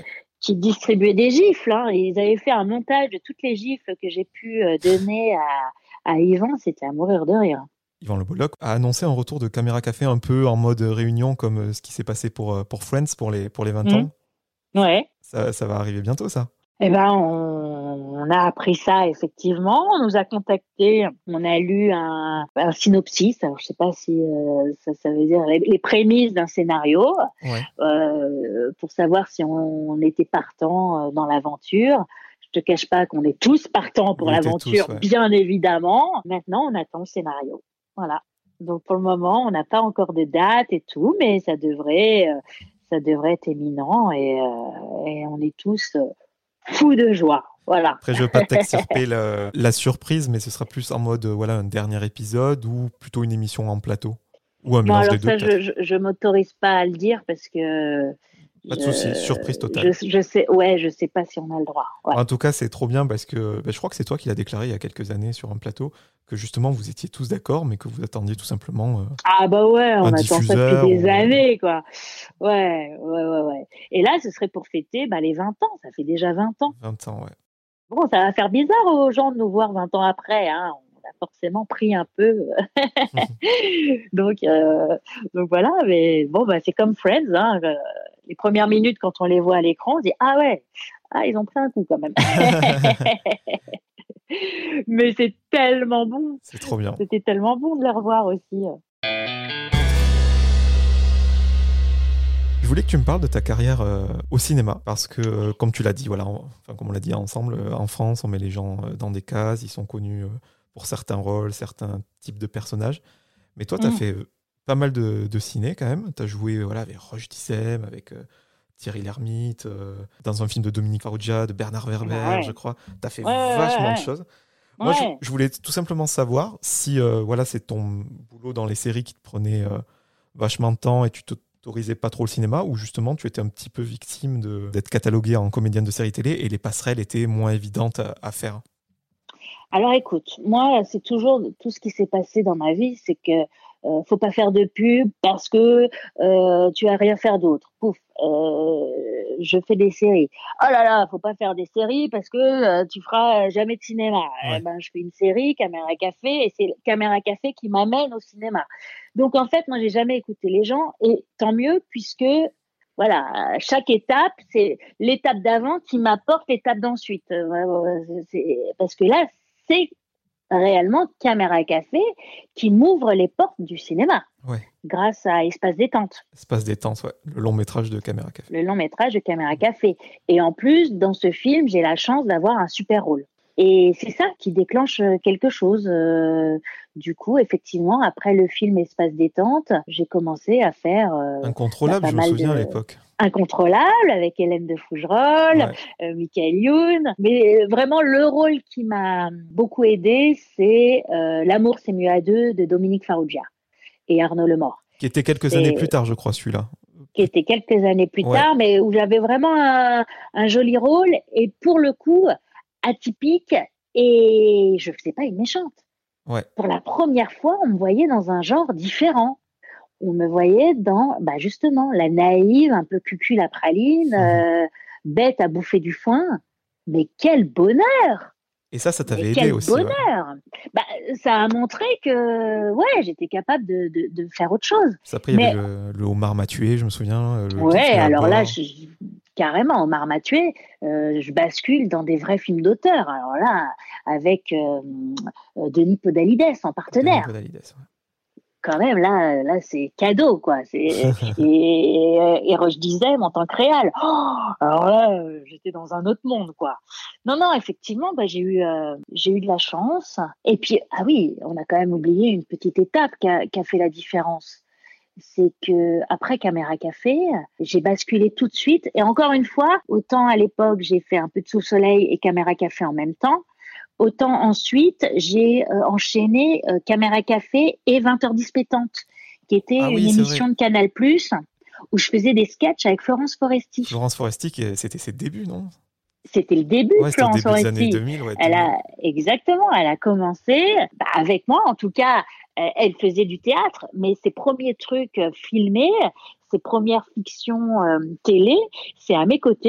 qui distribuaient des gifles. Hein. Ils avaient fait un montage de toutes les gifles que j'ai pu euh, donner à, à Yvan. C'était à mourir de rire. Yvan Le Bolloc a annoncé un retour de Caméra Café un peu en mode réunion comme ce qui s'est passé pour, pour Friends pour les, pour les vingt mmh. ans. Ouais. Ça, ça va arriver bientôt, ça. Eh ben, on, on a appris ça, effectivement. On nous a contactés. On a lu un, un synopsis. Alors, je sais pas si euh, ça, ça veut dire les, les prémices d'un scénario Ouais. euh, pour savoir si on, on était partant dans l'aventure. Je te cache pas qu'on est tous partants pour Vous l'aventure, tous, ouais. bien évidemment. Maintenant, on attend le scénario. Voilà. Donc, pour le moment, on n'a pas encore de date et tout, mais ça devrait, euh, ça devrait être éminent et, euh, et on est tous euh, fous de joie. Voilà. Après, je ne veux pas t'extirper la, la surprise, mais ce sera plus en mode voilà, un dernier épisode ou plutôt une émission en plateau ou un Bon, mélange alors des deux. ça, je, je, je m'autorise pas à le dire parce que. Pas de je, souci, surprise totale. Je, je sais, ouais, je sais pas si on a le droit. Ouais. En tout cas, c'est trop bien parce que bah, je crois que c'est toi qui l'as déclaré il y a quelques années sur un plateau que justement vous étiez tous d'accord, mais que vous attendiez tout simplement. Euh, ah bah ouais, on attend ça depuis des ou... années, quoi. Ouais, ouais, ouais, ouais. Et là, ce serait pour fêter bah, les vingt ans. Ça fait déjà vingt ans. vingt ans, ouais. Bon, ça va faire bizarre aux gens de nous voir vingt ans après. Hein. On a forcément pris un peu. donc, euh, donc voilà. Mais bon, bah, c'est comme Friends. Hein. Les premières minutes, quand on les voit à l'écran, on se dit ah ouais, ah ils ont pris un coup quand même. Mais c'est tellement bon. C'est trop bien. C'était tellement bon de les revoir aussi. Je voulais que tu me parles de ta carrière euh, au cinéma, parce que, euh, comme tu l'as dit, voilà, on, enfin, comme on l'a dit ensemble, euh, en France, on met les gens euh, dans des cases, ils sont connus euh, pour certains rôles, certains types de personnages. Mais toi, tu as mmh. fait euh, pas mal de, de ciné quand même. Tu as joué voilà, avec Roche Dissem, avec euh, Thierry Lhermitte, euh, dans un film de Dominique Farrugia, de Bernard Werber, ouais. je crois. Tu as fait ouais, vachement ouais. de choses. Moi, ouais. je, je voulais tout simplement savoir si euh, voilà, c'est ton boulot dans les séries qui te prenait euh, vachement de temps et tu te t'autorisais pas trop le cinéma, ou justement tu étais un petit peu victime de, d'être cataloguée en comédienne de série télé et les passerelles étaient moins évidentes à, à faire? Alors écoute, moi c'est toujours tout ce qui s'est passé dans ma vie, c'est que euh, faut pas faire de pub parce que euh, tu as rien faire d'autre. Pouf, euh, je fais des séries. Oh là là, faut pas faire des séries parce que euh, tu feras jamais de cinéma. Ouais. Eh ben je fais une série, Caméra Café, et c'est Caméra Café qui m'amène au cinéma. Donc en fait, moi j'ai jamais écouté les gens, et tant mieux puisque voilà, chaque étape, c'est l'étape d'avant qui m'apporte l'étape d'ensuite. C'est, parce que là, c'est réellement Caméra Café qui m'ouvre les portes du cinéma. Ouais. Grâce à Espace Détente. Espace Détente, ouais. Le long métrage de Caméra Café. Le long métrage de Caméra Café. Et en plus, dans ce film, j'ai la chance d'avoir un super rôle. Et c'est ça qui déclenche quelque chose. Euh, du coup, effectivement, après le film Espace Détente, j'ai commencé à faire... Euh, Incontrôlable, je me souviens de... à l'époque. Incontrôlable, avec Hélène de Fougerolles, ouais. euh, Michael Youn. Mais vraiment, le rôle qui m'a beaucoup aidée, c'est euh, L'amour, c'est mieux à deux de Dominique Farrugia et Arnaud Lemort. Qui était quelques c'est... années plus tard, je crois, celui-là. Qui était quelques années plus ouais. tard, mais où j'avais vraiment un, un joli rôle. Et pour le coup... atypique, et je ne faisais pas une méchante. Ouais. Pour la première fois, on me voyait dans un genre différent. On me voyait dans, bah justement, la naïve, un peu cucul à praline, mmh. euh, bête à bouffer du foin. Mais quel bonheur! Et ça, ça t'avait Mais aidé quel aussi. Quel bonheur! Ouais. Bah, ça a montré que, ouais, j'étais capable de, de, de faire autre chose. Ça, après, il y avait le, le homard m'a tué, je me souviens. Le ouais, alors là, je, carrément, Omar m'a tué, euh, je bascule dans des vrais films d'auteur. Alors là, avec euh, Denis Podalides en partenaire. Denis Podalides, ouais. Quand même, là, là, c'est cadeau, quoi. C'est, et, et Roche Dissem en tant que réal. Oh, alors là, j'étais dans un autre monde, quoi. Non, non, effectivement, bah, j'ai eu, euh, j'ai eu de la chance. Et puis, ah oui, on a quand même oublié une petite étape qui a, qui a fait la différence. C'est que après Caméra Café, j'ai basculé tout de suite. Et encore une fois, autant à l'époque, j'ai fait un peu de Sous-Soleil et Caméra Café en même temps, autant ensuite, j'ai euh, enchaîné euh, Caméra Café et vingt heures dix pétantes, qui était ah oui, une émission vrai. de Canal+, où je faisais des sketchs avec Florence Foresti. Florence Foresti, c'était ses débuts, non ? C'était le début ouais, de Florence Foresti. Années deux mille, ouais, elle a, exactement, elle a commencé, bah, avec moi en tout cas, elle faisait du théâtre, mais ses premiers trucs filmés, ses premières fictions euh, télé, c'est à mes côtés,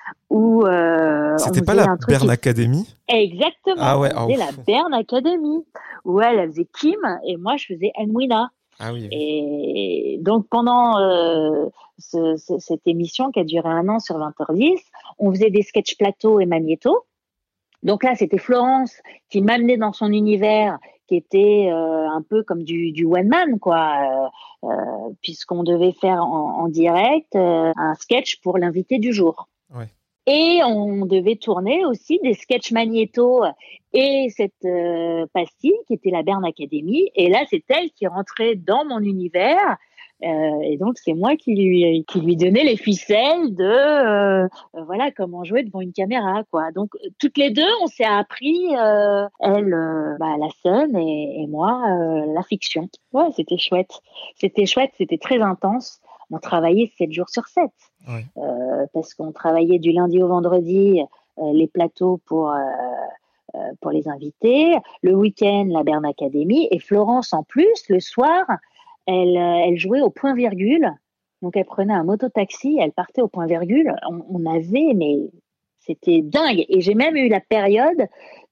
où euh, C'était on pas faisait la un truc. Bern qui... Academy? Exactement. Ah ouais, on oh, faisait la Bern Academy, où elle, elle faisait Kim et moi je faisais Enwina. Ah oui. Et donc pendant euh, ce, ce, cette émission qui a duré un an sur vingt heures dix, on faisait des sketchs plateau et magnéto. Donc là, c'était Florence qui m'amenait dans son univers, qui était euh, un peu comme du, du one man, quoi, euh, euh, puisqu'on devait faire en, en direct euh, un sketch pour l'invité du jour. Ouais. Et on devait tourner aussi des sketchs magnéto et cette euh, pastille qui était la Bern Academy. Et là, c'est elle qui rentrait dans mon univers. Euh, et donc, c'est moi qui lui, qui lui donnais les ficelles de euh, euh, voilà comment jouer devant une caméra, quoi. Donc, toutes les deux, on s'est appris, euh, elle, euh, bah, la scène et, et moi, euh, la fiction. Ouais, c'était chouette. C'était chouette, c'était très intense. On travaillait sept jours sur sept. Ouais. Euh, parce qu'on travaillait du lundi au vendredi euh, les plateaux pour, euh, euh, pour les invités, le week-end la Bern Academy, et Florence en plus, le soir, elle, euh, elle jouait au point virgule, donc elle prenait un mototaxi, elle partait au point virgule, on, on avait, mais c'était dingue, et j'ai même eu la période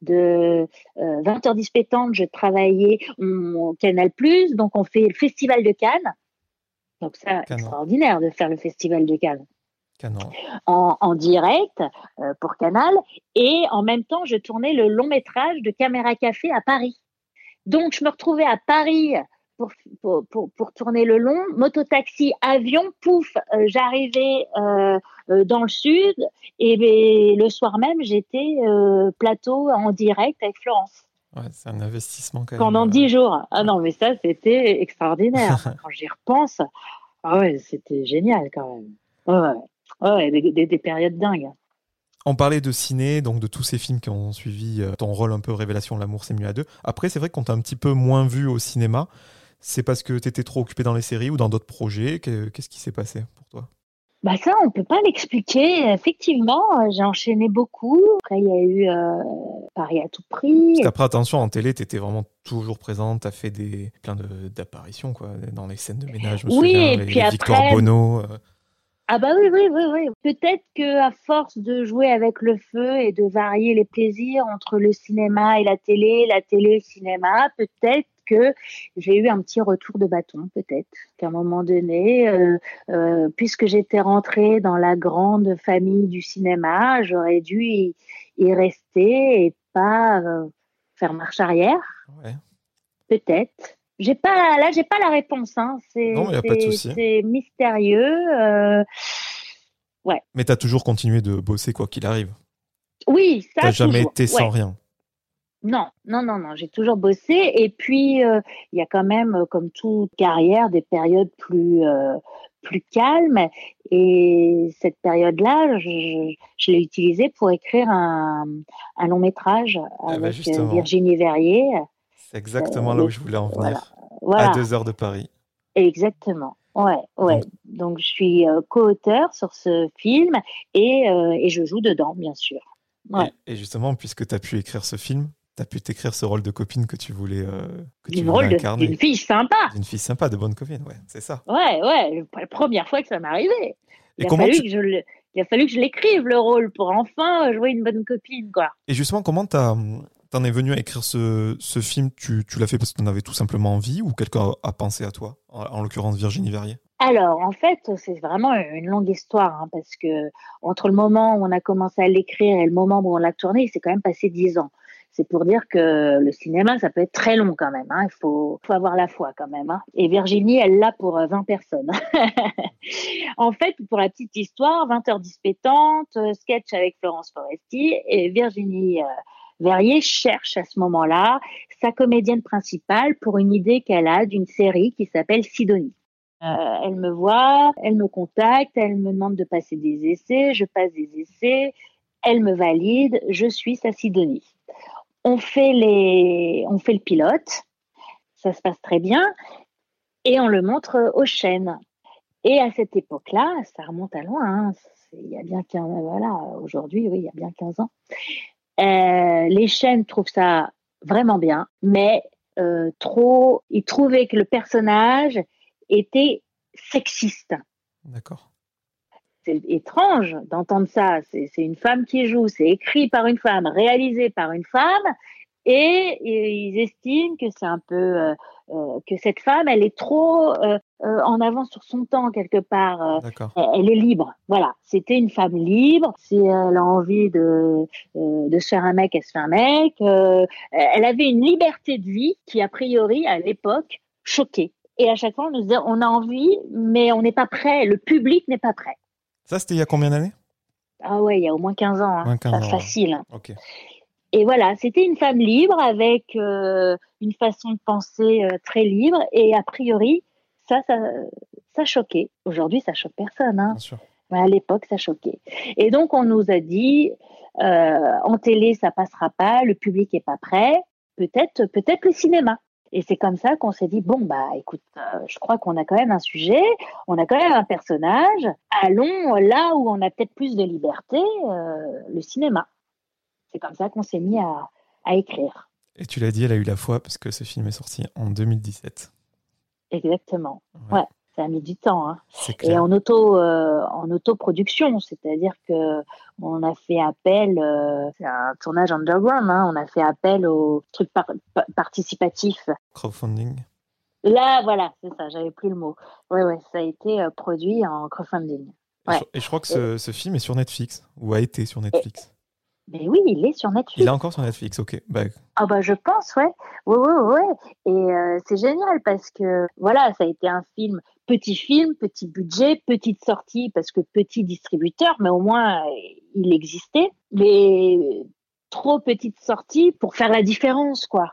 de euh, vingt heures dix pétantes, je travaillais au Canal plus, donc on fait le Festival de Cannes. Donc ça, Canon. Extraordinaire de faire le Festival de Cannes. Canon. En, en direct euh, pour Canal. Et en même temps, je tournais le long métrage de Caméra Café à Paris. Donc, je me retrouvais à Paris pour, pour, pour, pour tourner le long. Mototaxi, avion, pouf, euh, j'arrivais euh, euh, dans le sud. Et, et le soir même, j'étais euh, plateau en direct avec Florence. Ouais, c'est un investissement quand même. Pendant dix jours. Ah non, mais ça, c'était extraordinaire. Quand j'y repense, ah ouais, c'était génial quand même. Ouais, ouais, des, des, des périodes dingues. On parlait de ciné, donc de tous ces films qui ont suivi ton rôle un peu révélation, l'amour c'est mieux à deux. Après, c'est vrai qu'on t'a un petit peu moins vu au cinéma. C'est parce que t'étais trop occupé dans les séries ou dans d'autres projets. Qu'est-ce qui s'est passé pour toi? Bah ça, on peut pas l'expliquer. Effectivement, j'ai enchaîné beaucoup. Après, il y a eu euh, Paris à tout prix. Parce qu'après, attention, en télé, t'étais vraiment toujours présente. T'as fait des plein de, d'apparitions, quoi, dans les scènes de ménage, je me oui, souviens. et Les, puis les après... Victoire Bono. Euh... Ah bah oui, oui, oui, oui. Peut-être que à force de jouer avec le feu et de varier les plaisirs entre le cinéma et la télé, la télé et le cinéma, peut-être que j'ai eu un petit retour de bâton, peut-être qu'à un moment donné, euh, euh, puisque j'étais rentrée dans la grande famille du cinéma, j'aurais dû y, y rester et pas euh, faire marche arrière. Ouais. Peut-être. J'ai pas, là, j'ai pas la réponse. Hein. C'est, non, il n'y a c'est, pas de souci. C'est mystérieux. Euh... Ouais. Mais tu as toujours continué de bosser quoi qu'il arrive. Oui, ça. T'as jamais toujours. été sans ouais. rien. Non, non, non, non. J'ai toujours bossé. Et puis, il euh, y a quand même, comme toute carrière, des périodes plus, euh, plus calmes. Et cette période-là, je, je l'ai utilisée pour écrire un, un long métrage avec eh ben Virginie Verrier. C'est exactement euh, là où je voulais en venir. Voilà. Voilà. À deux heures de Paris. Exactement. Ouais, ouais. Donc, Donc je suis euh, co-auteur sur ce film et, euh, et je joue dedans, bien sûr. Ouais. Et, et justement, puisque tu as pu écrire ce film, tu as pu t'écrire ce rôle de copine que tu voulais, euh, que tu Une voulais rôle incarner. d'une fille sympa. D'une fille sympa, de bonne copine, ouais, c'est ça. Ouais, ouais. La première fois que ça m'est arrivé. Il, et a comment fallu tu... que je le... Il a fallu que je l'écrive, le rôle, pour enfin jouer une bonne copine, quoi. Et justement, comment t'as... t'en es venu à écrire ce, ce film? Tu, tu l'as fait parce que tu en avais tout simplement envie ou quelqu'un a pensé à toi, en, en l'occurrence Virginie Verrier? Alors, en fait, c'est vraiment une longue histoire, hein, parce que entre le moment où on a commencé à l'écrire et le moment où on l'a tourné, il s'est quand même passé dix ans. C'est pour dire que le cinéma, ça peut être très long quand même. Hein. Il faut, faut avoir la foi quand même. Hein. Et Virginie, elle l'a pour vingt personnes. En fait, pour la petite histoire, vingt heures dix pétantes, sketch avec Florence Foresti et Virginie euh, Verrier cherche à ce moment-là sa comédienne principale pour une idée qu'elle a d'une série qui s'appelle Sidonie. Euh, elle me voit, elle me contacte, elle me demande de passer des essais, je passe des essais, elle me valide, je suis sa Sidonie. On fait les, on fait le pilote, ça se passe très bien, et on le montre aux chaînes. Et à cette époque-là, ça remonte à loin, hein, il y a bien quinze, voilà, aujourd'hui, oui, il y a bien quinze ans. Euh, les chaînes trouvent ça vraiment bien, mais euh, trop, ils trouvaient que le personnage était sexiste. D'accord. c'est étrange d'entendre ça. C'est, c'est une femme qui joue, c'est écrit par une femme, réalisé par une femme, et, et ils estiment que c'est un peu euh, euh, que cette femme, elle est trop euh, euh, en avance sur son temps quelque part. Euh, D'accord. elle est libre. Voilà, c'était une femme libre. Si elle a envie de euh, de se faire un mec, elle se fait un mec. Euh, elle avait une liberté de vie qui, a priori, à l'époque, choquait. Et à chaque fois, on nous disait, on a envie, mais on n'est pas prêt. Le public n'est pas prêt. Ça, c'était il y a combien d'années? Ah ouais, il y a au moins quinze ans, hein. Moins quinze Ça, ans. facile. Ouais. Ok. Et voilà, c'était une femme libre avec euh, une façon de penser euh, très libre. Et a priori, ça, ça, ça choquait. Aujourd'hui, ça choque personne, hein. Bien sûr. Mais à l'époque, ça choquait. Et donc, on nous a dit, euh, en télé, ça passera pas, le public est pas prêt. Peut-être, peut-être le cinéma. Et c'est comme ça qu'on s'est dit, bon, bah, écoute, euh, je crois qu'on a quand même un sujet, on a quand même un personnage, allons là où on a peut-être plus de liberté, euh, le cinéma. C'est comme ça qu'on s'est mis à, à écrire. Et tu l'as dit, elle a eu la foi parce que ce film est sorti en deux mille dix-sept. Exactement. Ouais. Ouais, ça a mis du temps, hein. C'est clair. Et en auto, euh, en autoproduction, c'est-à-dire que on a fait appel, euh, c'est un tournage underground, hein, on a fait appel au truc par, par, participatif. Crowdfunding. Là, voilà, c'est ça, j'avais plus le mot. Ouais, ouais, ça a été euh, produit en crowdfunding. Et, Ouais. je, et je crois que ce, ce film est sur Netflix, ou a été sur Netflix. Et, mais oui, il est sur Netflix. Il est encore sur Netflix, ok. Bah... Ah bah je pense, ouais. Ouais, ouais, ouais. Et euh, c'est génial parce que, voilà, ça a été un film, petit film, petit budget, petite sortie, parce que petit distributeur, mais au moins, il existait. Mais trop petite sortie pour faire la différence, quoi.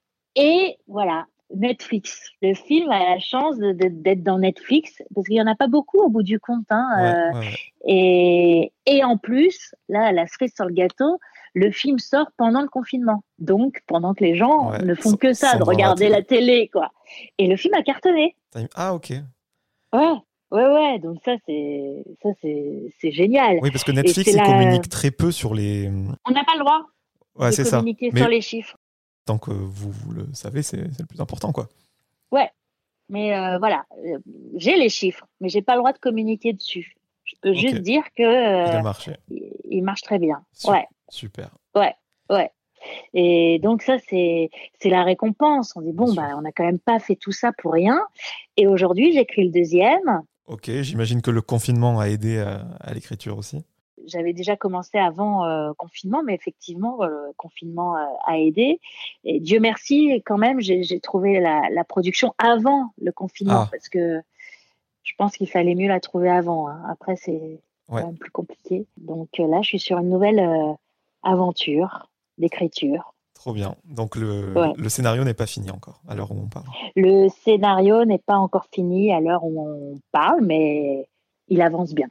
Et voilà, Netflix. Le film a la chance de, de, d'être dans Netflix, parce qu'il y en a pas beaucoup au bout du compte, hein. Ouais, euh, ouais, ouais. Et, et en plus, là, la cerise sur le gâteau, le film sort pendant le confinement. Donc, pendant que les gens Ouais, ne font sans, que ça, de sans regarder la télé, quoi. Et le film a cartonné. Ah, ok. Ouais, ouais, ouais. Donc ça, c'est, ça, c'est, c'est génial. Oui, parce que Netflix, il la... communique très peu sur les... On n'a pas le droit ouais, de c'est communiquer ça. sur Mais les chiffres. Tant que vous, vous le savez, c'est, c'est le plus important, quoi. Ouais, mais euh, voilà, j'ai les chiffres, mais j'ai pas le droit de communiquer dessus. Je peux okay. juste dire que euh, il a marché. Il, il marche très bien. Super. Ouais. Super. Ouais. Ouais. Et donc ça c'est c'est la récompense. On dit bon bien bah sûr. on n'a quand même pas fait tout ça pour rien. Et aujourd'hui j'écris le deuxième. Ok, j'imagine que le confinement a aidé à, à l'écriture aussi. J'avais déjà commencé avant euh, confinement, mais effectivement euh, le confinement euh, a aidé. Et Dieu merci quand même j'ai, j'ai trouvé la, la production avant le confinement ah. parce que je pense qu'il fallait mieux la trouver avant. Hein. Après, c'est ouais. quand même plus compliqué. Donc euh, là, je suis sur une nouvelle euh, aventure d'écriture. Trop bien. Donc le, ouais. le scénario n'est pas fini encore, à l'heure où on parle. Le scénario n'est pas encore fini à l'heure où on parle, mais il avance bien.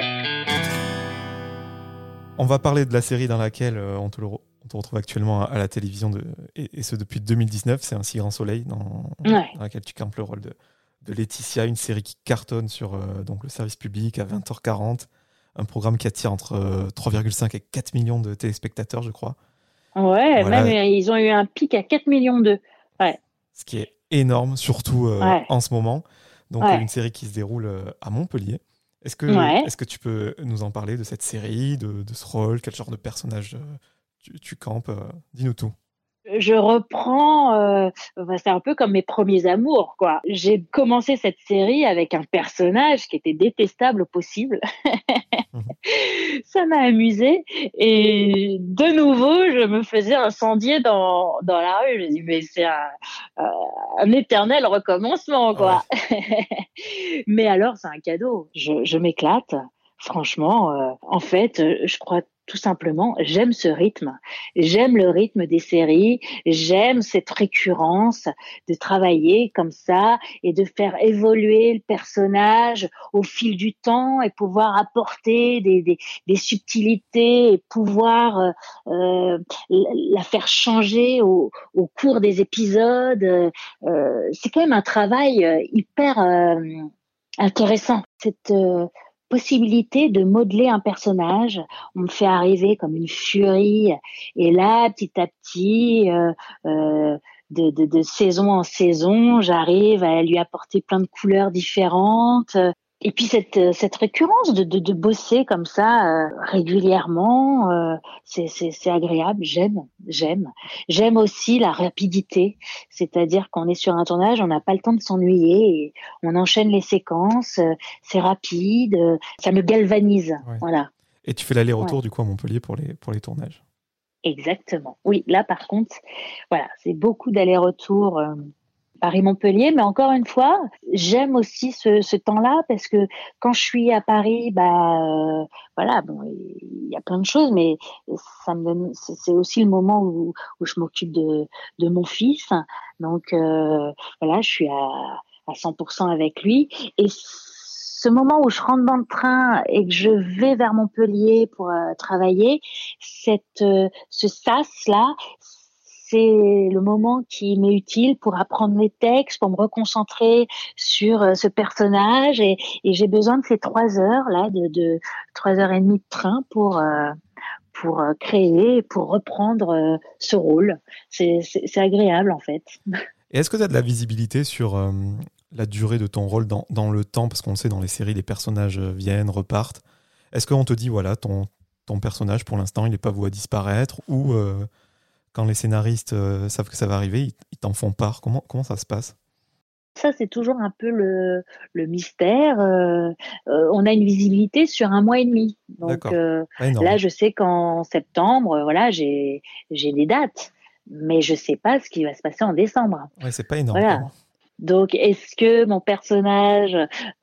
On va parler de la série dans laquelle euh, on, te le, on te retrouve actuellement à la télévision, de, et, et ce depuis deux mille dix-neuf. C'est Un si grand soleil, dans, ouais. dans laquelle tu campes le rôle de... de Laetitia, une série qui cartonne sur euh, donc le service public à vingt heures quarante, un programme qui attire entre euh, trois virgule cinq et quatre millions de téléspectateurs, je crois. Ouais, voilà. Même ils ont eu un pic à quatre millions deux. Ouais. Ce qui est énorme, surtout euh, ouais. en ce moment. Donc ouais. une série qui se déroule euh, à Montpellier. Est-ce que, ouais. est-ce que tu peux nous en parler de cette série, de, de ce rôle, quel genre de personnage euh, tu, tu campes euh, Dis-nous tout. Je reprends, euh, c'est un peu comme mes premiers amours, quoi. J'ai commencé cette série avec un personnage qui était détestable au possible. mmh. Ça m'a amusée. Et de nouveau, je me faisais incendier dans, dans la rue. Je me dis, mais c'est un, un éternel recommencement, quoi. Ouais. Mais alors, c'est un cadeau. Je, je m'éclate. Franchement, euh, en fait, je crois tout simplement, j'aime ce rythme. J'aime le rythme des séries. J'aime cette récurrence de travailler comme ça et de faire évoluer le personnage au fil du temps et pouvoir apporter des, des, des subtilités et pouvoir euh, la faire changer au, au cours des épisodes. Euh, c'est quand même un travail hyper euh, intéressant. Cette euh, possibilité de modeler un personnage, on me fait arriver comme une furie, et là, petit à petit, euh, euh, de, de, de saison en saison, j'arrive à lui apporter plein de couleurs différentes. Et puis cette cette récurrence de de, de bosser comme ça euh, régulièrement, euh, c'est c'est c'est agréable. J'aime, j'aime, j'aime aussi la rapidité, c'est-à-dire qu'on est sur un tournage, on n'a pas le temps de s'ennuyer, et on enchaîne les séquences, euh, c'est rapide, euh, ça me galvanise, Ouais. voilà. Et tu fais l'aller-retour Ouais. du coup à Montpellier pour les pour les tournages. Exactement. Oui, là par contre, voilà, c'est beaucoup d'aller-retour. Euh, Paris-Montpellier, mais encore une fois, j'aime aussi ce, ce temps-là parce que quand je suis à Paris, bah euh, voilà, bon, il y a plein de choses, mais ça me donne, c'est c'est aussi le moment où, où je m'occupe de, de mon fils, donc euh, voilà, je suis à, à cent pour cent avec lui, et ce moment où je rentre dans le train et que je vais vers Montpellier pour euh, travailler, cette, euh, ce sas-là, c'est le moment qui m'est utile pour apprendre les textes, pour me reconcentrer sur euh, ce personnage, et, et j'ai besoin de ces trois heures là, de, de trois heures et demie de train pour euh, pour euh, créer, pour reprendre euh, ce rôle. C'est, c'est, c'est agréable en fait. Et est-ce que tu as de la visibilité sur euh, la durée de ton rôle dans, dans le temps? Parce qu'on sait, dans les séries, les personnages viennent, repartent. Est-ce qu'on te dit, voilà, ton, ton personnage, pour l'instant, il n'est pas voué à disparaître? Ou euh, quand les scénaristes euh, savent que ça va arriver, ils, ils t'en font part? Comment, comment ça se passe? Ça, c'est toujours un peu le, le mystère. Euh, euh, on a une visibilité sur un mois et demi. Donc D'accord, euh, pas énorme. là, je sais qu'en septembre, euh, voilà, j'ai j'ai des dates, mais je sais pas ce qui va se passer en décembre. Ouais, c'est pas énorme quand Voilà. même. Donc, est-ce que mon personnage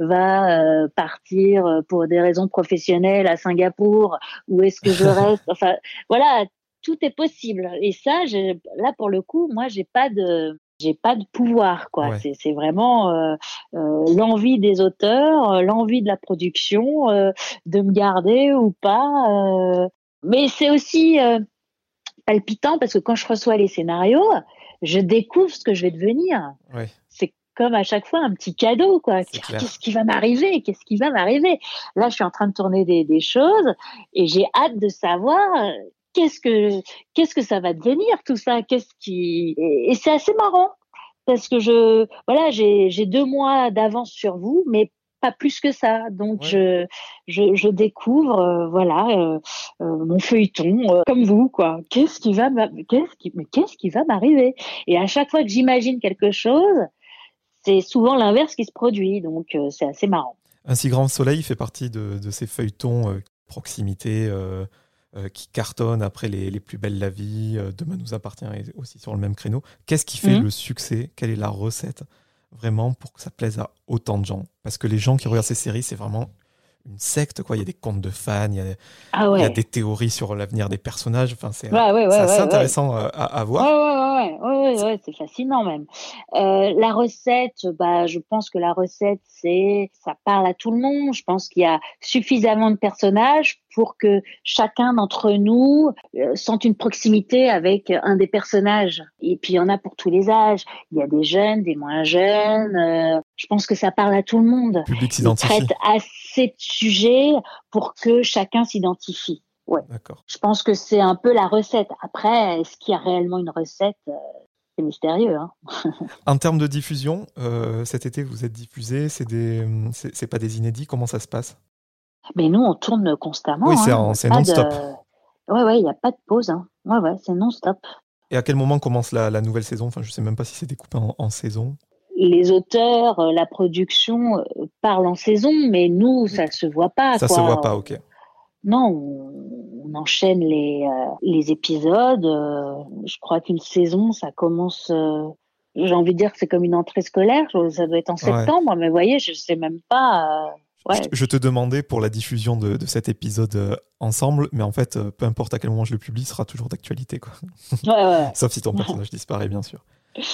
va euh, partir pour des raisons professionnelles à Singapour, ou est-ce que je reste? Enfin, voilà, tout est possible. Et ça, j'ai- là, pour le coup, moi, j'ai pas de, j'ai pas de pouvoir, quoi. Ouais. C'est, c'est vraiment euh, euh, l'envie des auteurs, euh, l'envie de la production, euh, de me garder ou pas. euh. Mais c'est aussi euh, palpitant parce que quand je reçois les scénarios, je découvre ce que je vais devenir. Ouais, C'est comme à chaque fois un petit cadeau, quoi. c'est Qu'est-ce clair. qui va m'arriver? Qu'est-ce qui va m'arriver? Là, je suis en train de tourner des, des choses et j'ai hâte de savoir euh, qu'est-ce que qu'est-ce que ça va devenir tout ça. Qu'est-ce qui et, et c'est assez marrant parce que je voilà, j'ai j'ai deux mois d'avance sur vous, mais pas plus que ça. Donc Ouais. je je, je découvre euh, voilà euh, euh, mon feuilleton euh, comme vous, quoi. Qu'est-ce qui va m'a- qu'est-ce qui mais qu'est-ce qui va m'arriver? Et à chaque fois que j'imagine quelque chose, c'est souvent l'inverse qui se produit, donc euh, c'est assez marrant. Un si grand soleil fait partie de, de ces feuilletons euh, proximité euh, euh, qui cartonnent après les, les plus belles la vie. euh, Demain nous appartient est aussi sur le même créneau. Qu'est-ce qui fait Mmh. le succès? Quelle est la recette vraiment pour que ça plaise à autant de gens? Parce que les gens qui regardent ces séries, c'est vraiment une secte, quoi. Il y a des contes de fans, il y a, Ah il y a ouais, des théories sur l'avenir des personnages. Enfin, c'est, ouais, ouais, c'est ouais, assez ouais, ouais. intéressant euh, à, à Ouais, ouais, voir. ouais, ouais, ouais, ouais, ouais, c'est fascinant même. Euh, la recette, bah, je pense que la recette, c'est, ça parle à tout le monde. Je pense qu'il y a suffisamment de personnages pour que chacun d'entre nous euh, sente une proximité avec un des personnages. Et puis il y en a pour tous les âges. Il y a des jeunes, des moins jeunes. Euh, je pense que ça parle à tout le Le monde. public Il s'identifie. traite assez de sujets pour que chacun s'identifie. Ouais. D'accord. Je pense que c'est un peu la recette. Après, est-ce qu'il y a réellement une recette? Euh, C'est mystérieux, hein. En termes de diffusion, euh, cet été, vous êtes diffusé, c'est des, c'est, c'est pas des inédits, comment ça se passe? Mais nous, on tourne Oui, constamment, c'est, hein. Il en- n'y a c'est pas non-stop. de, ouais, ouais, il n'y a pas de pause, hein. Ouais, ouais, c'est non-stop. Et à quel moment commence la, la nouvelle saison? Enfin, je sais même pas si c'est découpé en, en saison. Les auteurs, euh, la production euh, parlent en saison, mais nous, Oui. ça se voit pas, Ça se voit quoi. pas, On- ok. non, on, on enchaîne les, euh, les épisodes. euh, je crois qu'une saison, ça commence. euh, j'ai envie de dire que c'est comme une entrée scolaire. je- Ça doit être en Ouais. septembre, mais vous voyez, je sais même pas. euh, Je, te- ouais. je te demandais pour la diffusion de, de cet épisode euh, ensemble, mais en fait, euh, peu importe à quel moment je le publie, ce sera toujours d'actualité, quoi. Ouais, ouais. Sauf si ton personnage disparaît, bien sûr.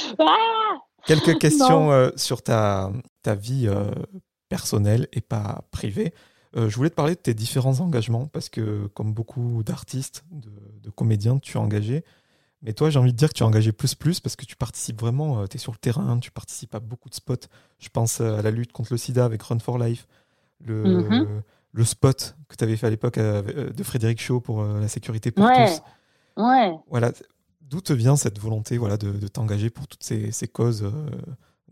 Ah Quelques questions non. euh, sur ta, ta vie euh, personnelle et pas privée. Euh, je voulais te parler de tes différents engagements, parce que comme beaucoup d'artistes, de, de comédiens, tu es engagé. Mais toi, j'ai envie de dire que tu es engagé plus plus, parce que tu participes vraiment, tu es sur le terrain, tu participes à beaucoup de spots. Je pense euh, à la lutte contre le sida avec Run for Life, Mhm. le, le spot que tu avais fait à l'époque euh, de Frédéric Shaw pour euh, la sécurité pour Ouais, tous. ouais. Voilà. D'où te vient cette volonté voilà, de, de t'engager pour toutes ces, ces causes euh,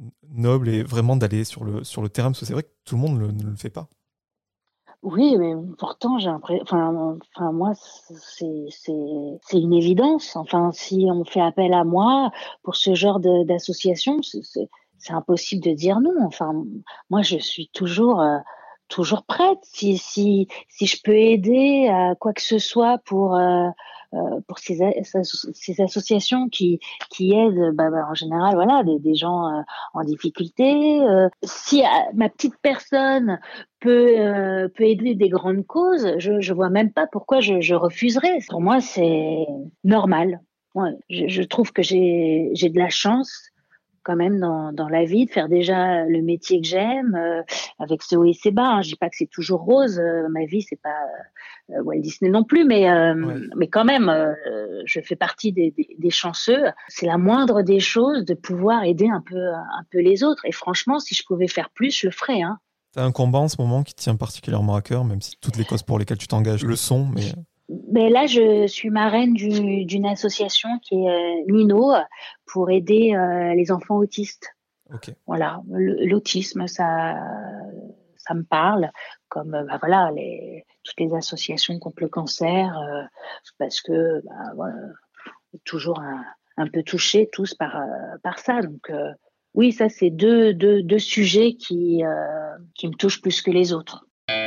noble et vraiment d'aller sur le, sur le terrain, parce que c'est vrai que tout le monde le- ne le fait pas. Oui, mais pourtant, j'ai l'impression, enfin, enfin, moi, c'est, c'est, c'est une évidence. Enfin, si on fait appel à moi pour ce genre de, d'association, c'est, c'est, c'est impossible de dire non. Enfin, moi, je suis toujours, euh, toujours prête. Si, si, si je peux aider à quoi que ce soit pour, euh, euh, pour ces, a- ces associations qui, qui aident, bah, bah, en général, voilà, des, des gens euh, en difficulté. Euh, si euh, ma petite personne peut euh, peut aider des grandes causes, je je vois même pas pourquoi je, je refuserais. Pour moi, c'est normal. Ouais, je, je trouve que j'ai j'ai de la chance quand même dans dans la vie de faire déjà le métier que j'aime, euh, avec ses hauts et ses bas. Hein. Je dis pas que c'est toujours rose. Euh, ma vie, c'est pas euh, Walt Disney non plus, mais euh, Ouais. mais quand même, euh, je fais partie des, des, des chanceux. C'est la moindre des choses de pouvoir aider un peu un peu les autres. Et franchement, si je pouvais faire plus, je le ferais. Hein. T'as un combat en ce moment qui te tient particulièrement à cœur, même si toutes les causes pour lesquelles tu t'engages le sont, mais... Mais là, je suis marraine du, d'une association qui est euh, Nino pour aider euh, les enfants autistes. Ok. Voilà, Le- l'autisme, ça, ça me parle, comme euh, bah, voilà, les, toutes les associations contre le cancer, euh, parce que bah, voilà, toujours un, un peu touchés tous par euh, par ça. Donc euh, oui, ça c'est deux, deux, deux sujets qui euh, qui me touchent plus que les autres.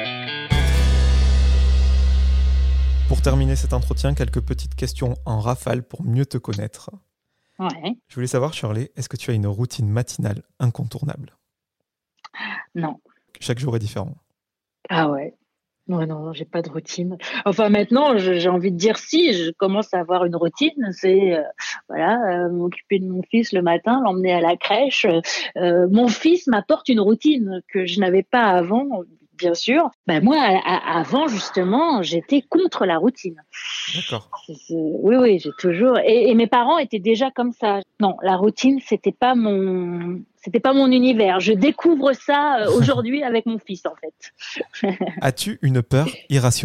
Pour terminer cet entretien, quelques petites questions en rafale pour mieux te connaître. Ouais. Je voulais savoir, Shirley, est-ce que tu as une routine matinale incontournable ? Non. Chaque jour est différent. Ah ouais. Non, non, j'ai pas de routine. Enfin, maintenant, je- j'ai envie de dire si, je commence à avoir une routine. C'est, euh, voilà, euh, m'occuper de mon fils le matin, l'emmener à la crèche. Euh, mon fils m'apporte une routine que je n'avais pas avant, bien sûr. Ben moi, à- à- avant, justement, j'étais contre la routine. D'accord. C'est- c'est- Oui, oui, j'ai toujours. Et, et mes parents étaient déjà comme ça. Non, la routine, c'était pas mon, c'était pas mon univers. Je découvre ça euh, aujourd'hui avec mon fils, en fait. As-tu une peur irrationnelle ?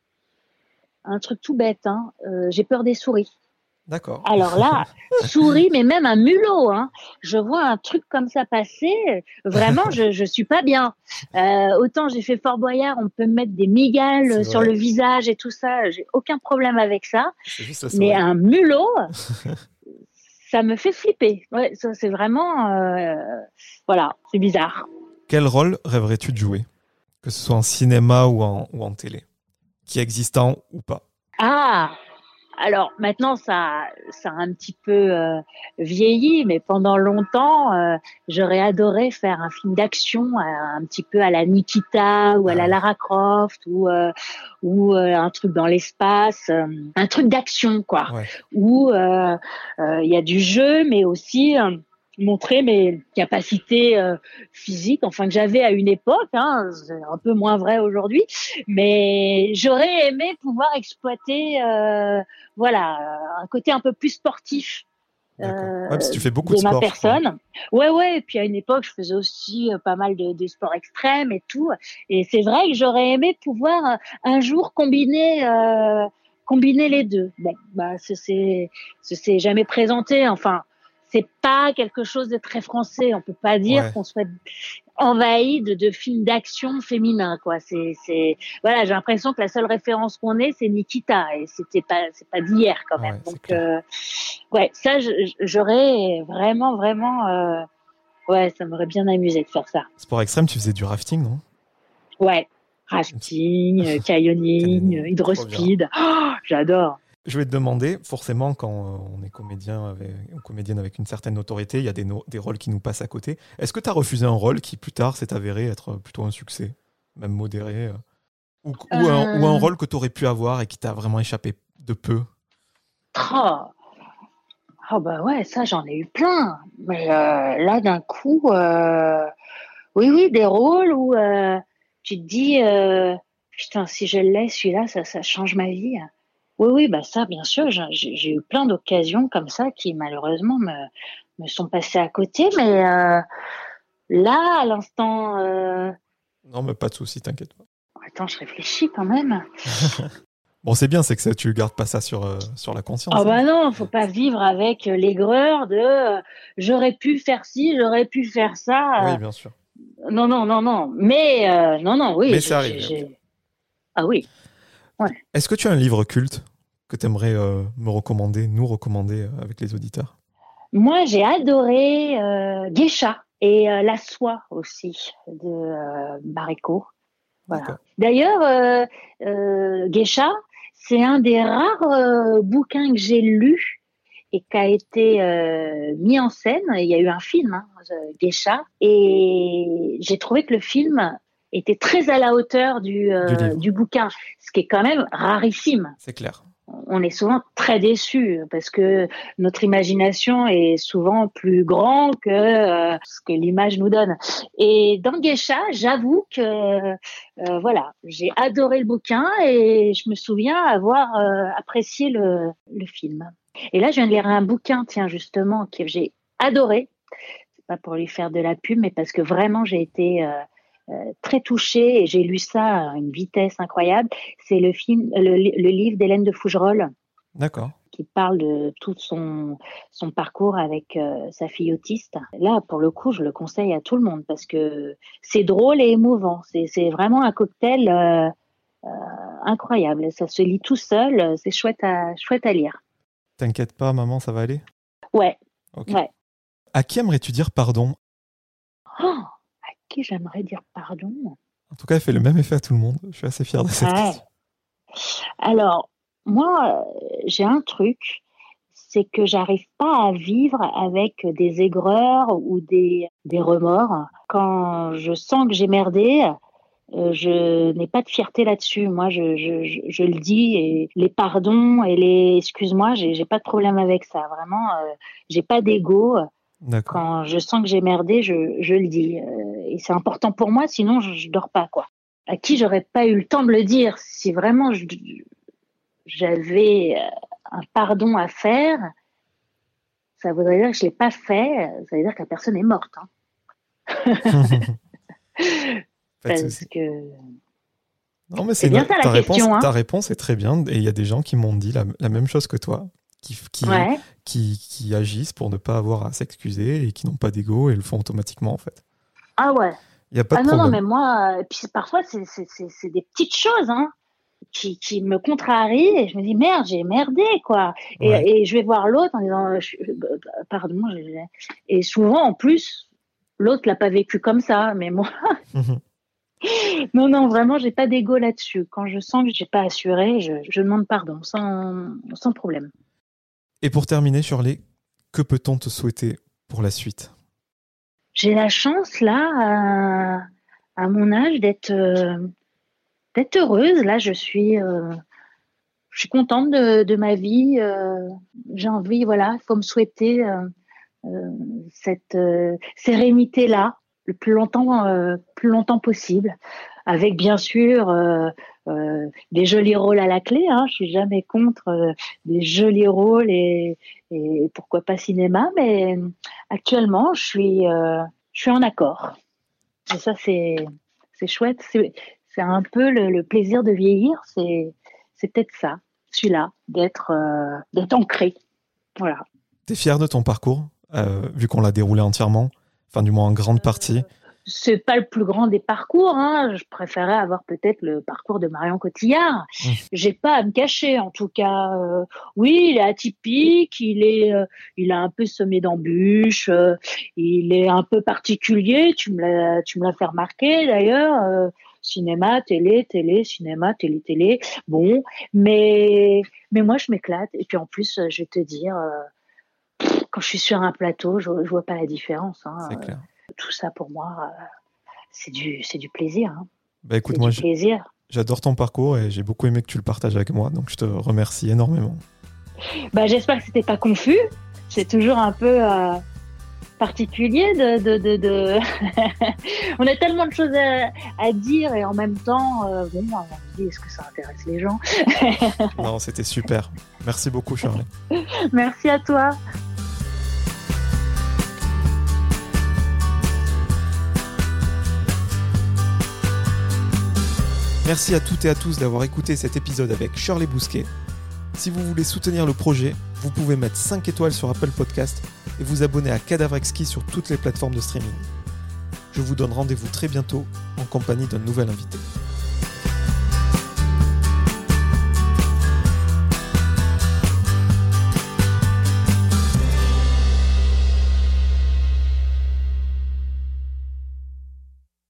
Un truc tout bête, hein. Euh, j'ai peur des souris. D'accord. Alors là, souris, mais même un mulot, hein. Je vois un truc comme ça passer, vraiment, je je suis pas bien. Euh, autant j'ai fait Fort Boyard, on peut me mettre des C'est migales sur vrai. le visage et tout ça, j'ai aucun problème avec ça. C'est juste la Mais souris. un mulot, ça me fait flipper. Ouais, ça c'est vraiment, euh, voilà, c'est bizarre. Quel rôle rêverais-tu de jouer ? Que ce soit en cinéma ou en, ou en télé ? Qui est existant ou pas ? Ah, alors maintenant ça ça a un petit peu euh, vieilli, mais pendant longtemps euh, j'aurais adoré faire un film d'action euh, un petit peu à la Nikita ou à Ah la ouais. Lara Croft ou euh, ou euh, un truc dans l'espace, euh, un truc d'action quoi, Ouais. où euh, euh, il y a du jeu mais aussi euh, montrer mes capacités euh, physiques, enfin que j'avais à une époque, hein, c'est un peu moins vrai aujourd'hui, mais j'aurais aimé pouvoir exploiter euh, voilà, un côté un peu plus sportif D'accord. Ouais, parce que euh, tu fais beaucoup de de ma sport, je crois. personne. Ouais, ouais. Et puis à une époque, je faisais aussi euh, pas mal de, de sports extrêmes et tout. Et c'est vrai que j'aurais aimé pouvoir euh, un jour combiner euh, combiner les deux. Bon, bah ce c'est ce s'est jamais présenté. Enfin, c'est pas quelque chose de très français. On peut pas dire Ouais. qu'on soit envahi de, de films d'action féminins, quoi. C'est, c'est, voilà, j'ai l'impression que la seule référence qu'on ait, c'est Nikita, et c'était pas, c'est pas d'hier quand même. Ouais, c'est Donc, clair. euh, ouais, ça, je- j'aurais vraiment, vraiment, euh, ouais, ça m'aurait bien amusé de faire ça. Sport extrême, tu faisais du rafting, non ? Ouais, rafting, euh, canyoning, euh, Canyoning, trop bien. hydrospeed, oh, j'adore. Je vais te demander, forcément, quand euh, on est comédien avec, ou comédienne avec une certaine notoriété, il y a des, no- des rôles qui nous passent à côté. Est-ce que tu as refusé un rôle qui, plus tard, s'est avéré être plutôt un succès, même modéré euh, ou, ou un, ou un Euh, rôle que tu aurais pu avoir et qui t'a vraiment échappé de peu ? oh, oh, bah ouais, ça, j'en ai eu plein. Mais euh, là, d'un coup, euh, oui, oui, des rôles où euh, tu te dis, euh, putain, si je l'ai, celui-là, ça, ça change ma vie. Oui, oui, bah ça, bien sûr, j'ai j'ai- j'ai eu plein d'occasions comme ça qui, malheureusement, me, me sont passées à côté. Mais euh, là, à l'instant, euh, Non, mais pas de souci, t'inquiète pas. attends, je réfléchis quand même. Bon, c'est bien, c'est que ça, tu gardes pas ça sur, euh, sur la conscience. Ah bah hein. non, faut pas vivre avec l'aigreur de euh, j'aurais pu faire ci, j'aurais pu faire ça. Oui, euh, bien sûr. non, non, non, non. Mais euh, non, non, oui, Mais c'est j'ai, j'ai, arrivé, ok. j'ai- ah oui, ouais. Est-ce que tu as un livre culte que tu aimerais euh, me recommander, nous recommander euh, avec les auditeurs? Moi, j'ai adoré euh, Geisha et euh, La Soie aussi de euh, Baricot. Voilà. D'accord. D'ailleurs, euh, euh, Geisha, c'est un des rares euh, bouquins que j'ai lus et qui a été euh, mis en scène. Il y a eu un film, hein, Geisha, et j'ai trouvé que le film était très à la hauteur du, Du euh, livre, du bouquin, ce qui est quand même rarissime. c'est clair. On est souvent très déçus parce que notre imagination est souvent plus grande que euh, ce que l'image nous donne. Et dans Geisha, j'avoue que euh, voilà, j'ai adoré le bouquin et je me souviens avoir euh, apprécié le, le film. Et là, je viens de lire un bouquin, tiens justement, que j'ai adoré. C'est pas pour lui faire de la pub, mais parce que vraiment j'ai été euh, euh, très touchée et j'ai lu ça à une vitesse incroyable. C'est le film, le, le livre d'Hélène de Fougerolles D'accord. qui parle de tout son son parcours avec euh, sa fille autiste. Là, pour le coup, je le conseille à tout le monde parce que c'est drôle et émouvant. C'est c'est vraiment un cocktail euh, euh, incroyable. Ça se lit tout seul. C'est chouette à chouette à lire. T'inquiète pas, maman, ça va aller? Ouais, Ok. ouais. À qui aimerais-tu dire pardon? Oh, à qui j'aimerais dire pardon? En tout cas, elle fait le même effet à tout le monde. Je suis assez fier de cette Ouais. question. Alors, moi, euh, j'ai un truc, c'est que j'arrive pas à vivre avec des aigreurs ou des, des remords. Quand je sens que j'ai merdé, euh, je n'ai pas de fierté là-dessus. Moi, je, je, je, je le dis, et les pardons et les excuse-moi, j'ai, j'ai pas de problème avec ça. Vraiment, euh, j'ai pas d'ego. D'accord. Quand je sens que j'ai merdé, je, je le dis. Euh, et c'est important pour moi, sinon je, je dors pas, quoi. À qui j'aurais pas eu le temps de le dire, si vraiment je, j'avais un pardon à faire, ça voudrait dire que je l'ai pas fait, ça veut dire que la personne est morte. Hein. Pas de Parce souci. que Non, mais c'est c'est bien une- ça la ta réponse, question. Hein. ta réponse est très bien. Et il y a des gens qui m'ont dit la, la même chose que toi, qui, qui, Ouais. qui, qui agissent pour ne pas avoir à s'excuser et qui n'ont pas d'ego et le font automatiquement, en fait. Ah ouais. Il n'y a pas Ah de non, non, problème. mais moi, euh, puis parfois, c'est, c'est, c'est, c'est des petites choses, hein, qui, qui me contrarient et je me dis, merde, j'ai merdé, quoi. Et, Ouais. et je vais voir l'autre en disant, euh, je- euh, pardon, j'ai- et souvent, en plus, l'autre l'a pas vécu comme ça, mais moi, non, non, vraiment, j'ai pas d'ego là-dessus. Quand je sens que j'ai pas assuré, je, je demande pardon, sans, sans problème. Et pour terminer, Shirley, que peut-on te souhaiter pour la suite? J'ai la chance, là, à, à mon âge, d'être, euh, d'être heureuse. Là, je suis, euh, je suis contente de, de ma vie. Euh, j'ai envie, voilà, il faut me souhaiter euh, euh, cette euh, sérénité-là le plus longtemps, euh, plus longtemps possible, avec bien sûr euh, euh, des jolis rôles à la clé. Hein. Je suis jamais contre euh, des jolis rôles et, et pourquoi pas cinéma, mais actuellement, je suis, euh, je suis en accord. Et ça, c'est, c'est chouette. C'est, c'est un peu le, le plaisir de vieillir. C'est, c'est peut-être ça, celui-là, d'être, euh, d'être ancré. Voilà. T'es fier de ton parcours, euh, vu qu'on l'a déroulé entièrement, enfin du moins en grande partie? C'est pas le plus grand des parcours, hein. Je préférais avoir peut-être le parcours de Marion Cotillard. Mmh. J'ai pas à me cacher, en tout cas. Euh, oui, il est atypique, il est, euh, il a un peu semé d'embûches, euh, il est un peu particulier. Tu me l'as, tu me l'as fait remarquer d'ailleurs. Euh, cinéma, télé, télé, cinéma, télé, télé. Bon, mais mais moi je m'éclate. Et puis en plus, je vais te dire, euh, quand je suis sur un plateau, je, je vois pas la différence. Hein. C'est clair. Tout ça pour moi, euh, c'est du, c'est du plaisir. Hein. Bah écoute, c'est moi du plaisir. j'adore ton parcours et j'ai beaucoup aimé que tu le partages avec moi, donc je te remercie énormément. Bah, j'espère que c'était pas confus. C'est toujours un peu euh, particulier de... de, de, de... On a tellement de choses à, à dire et en même temps, euh, bon, on se dit, est-ce que ça intéresse les gens? Non, c'était super. Merci beaucoup, Shirley. Merci à toi. Merci à toutes et à tous d'avoir écouté cet épisode avec Shirley Bousquet. Si vous voulez soutenir le projet, vous pouvez mettre cinq étoiles sur Apple Podcast et vous abonner à Cadavre Exquis sur toutes les plateformes de streaming. Je vous donne rendez-vous très bientôt en compagnie d'un nouvel invité.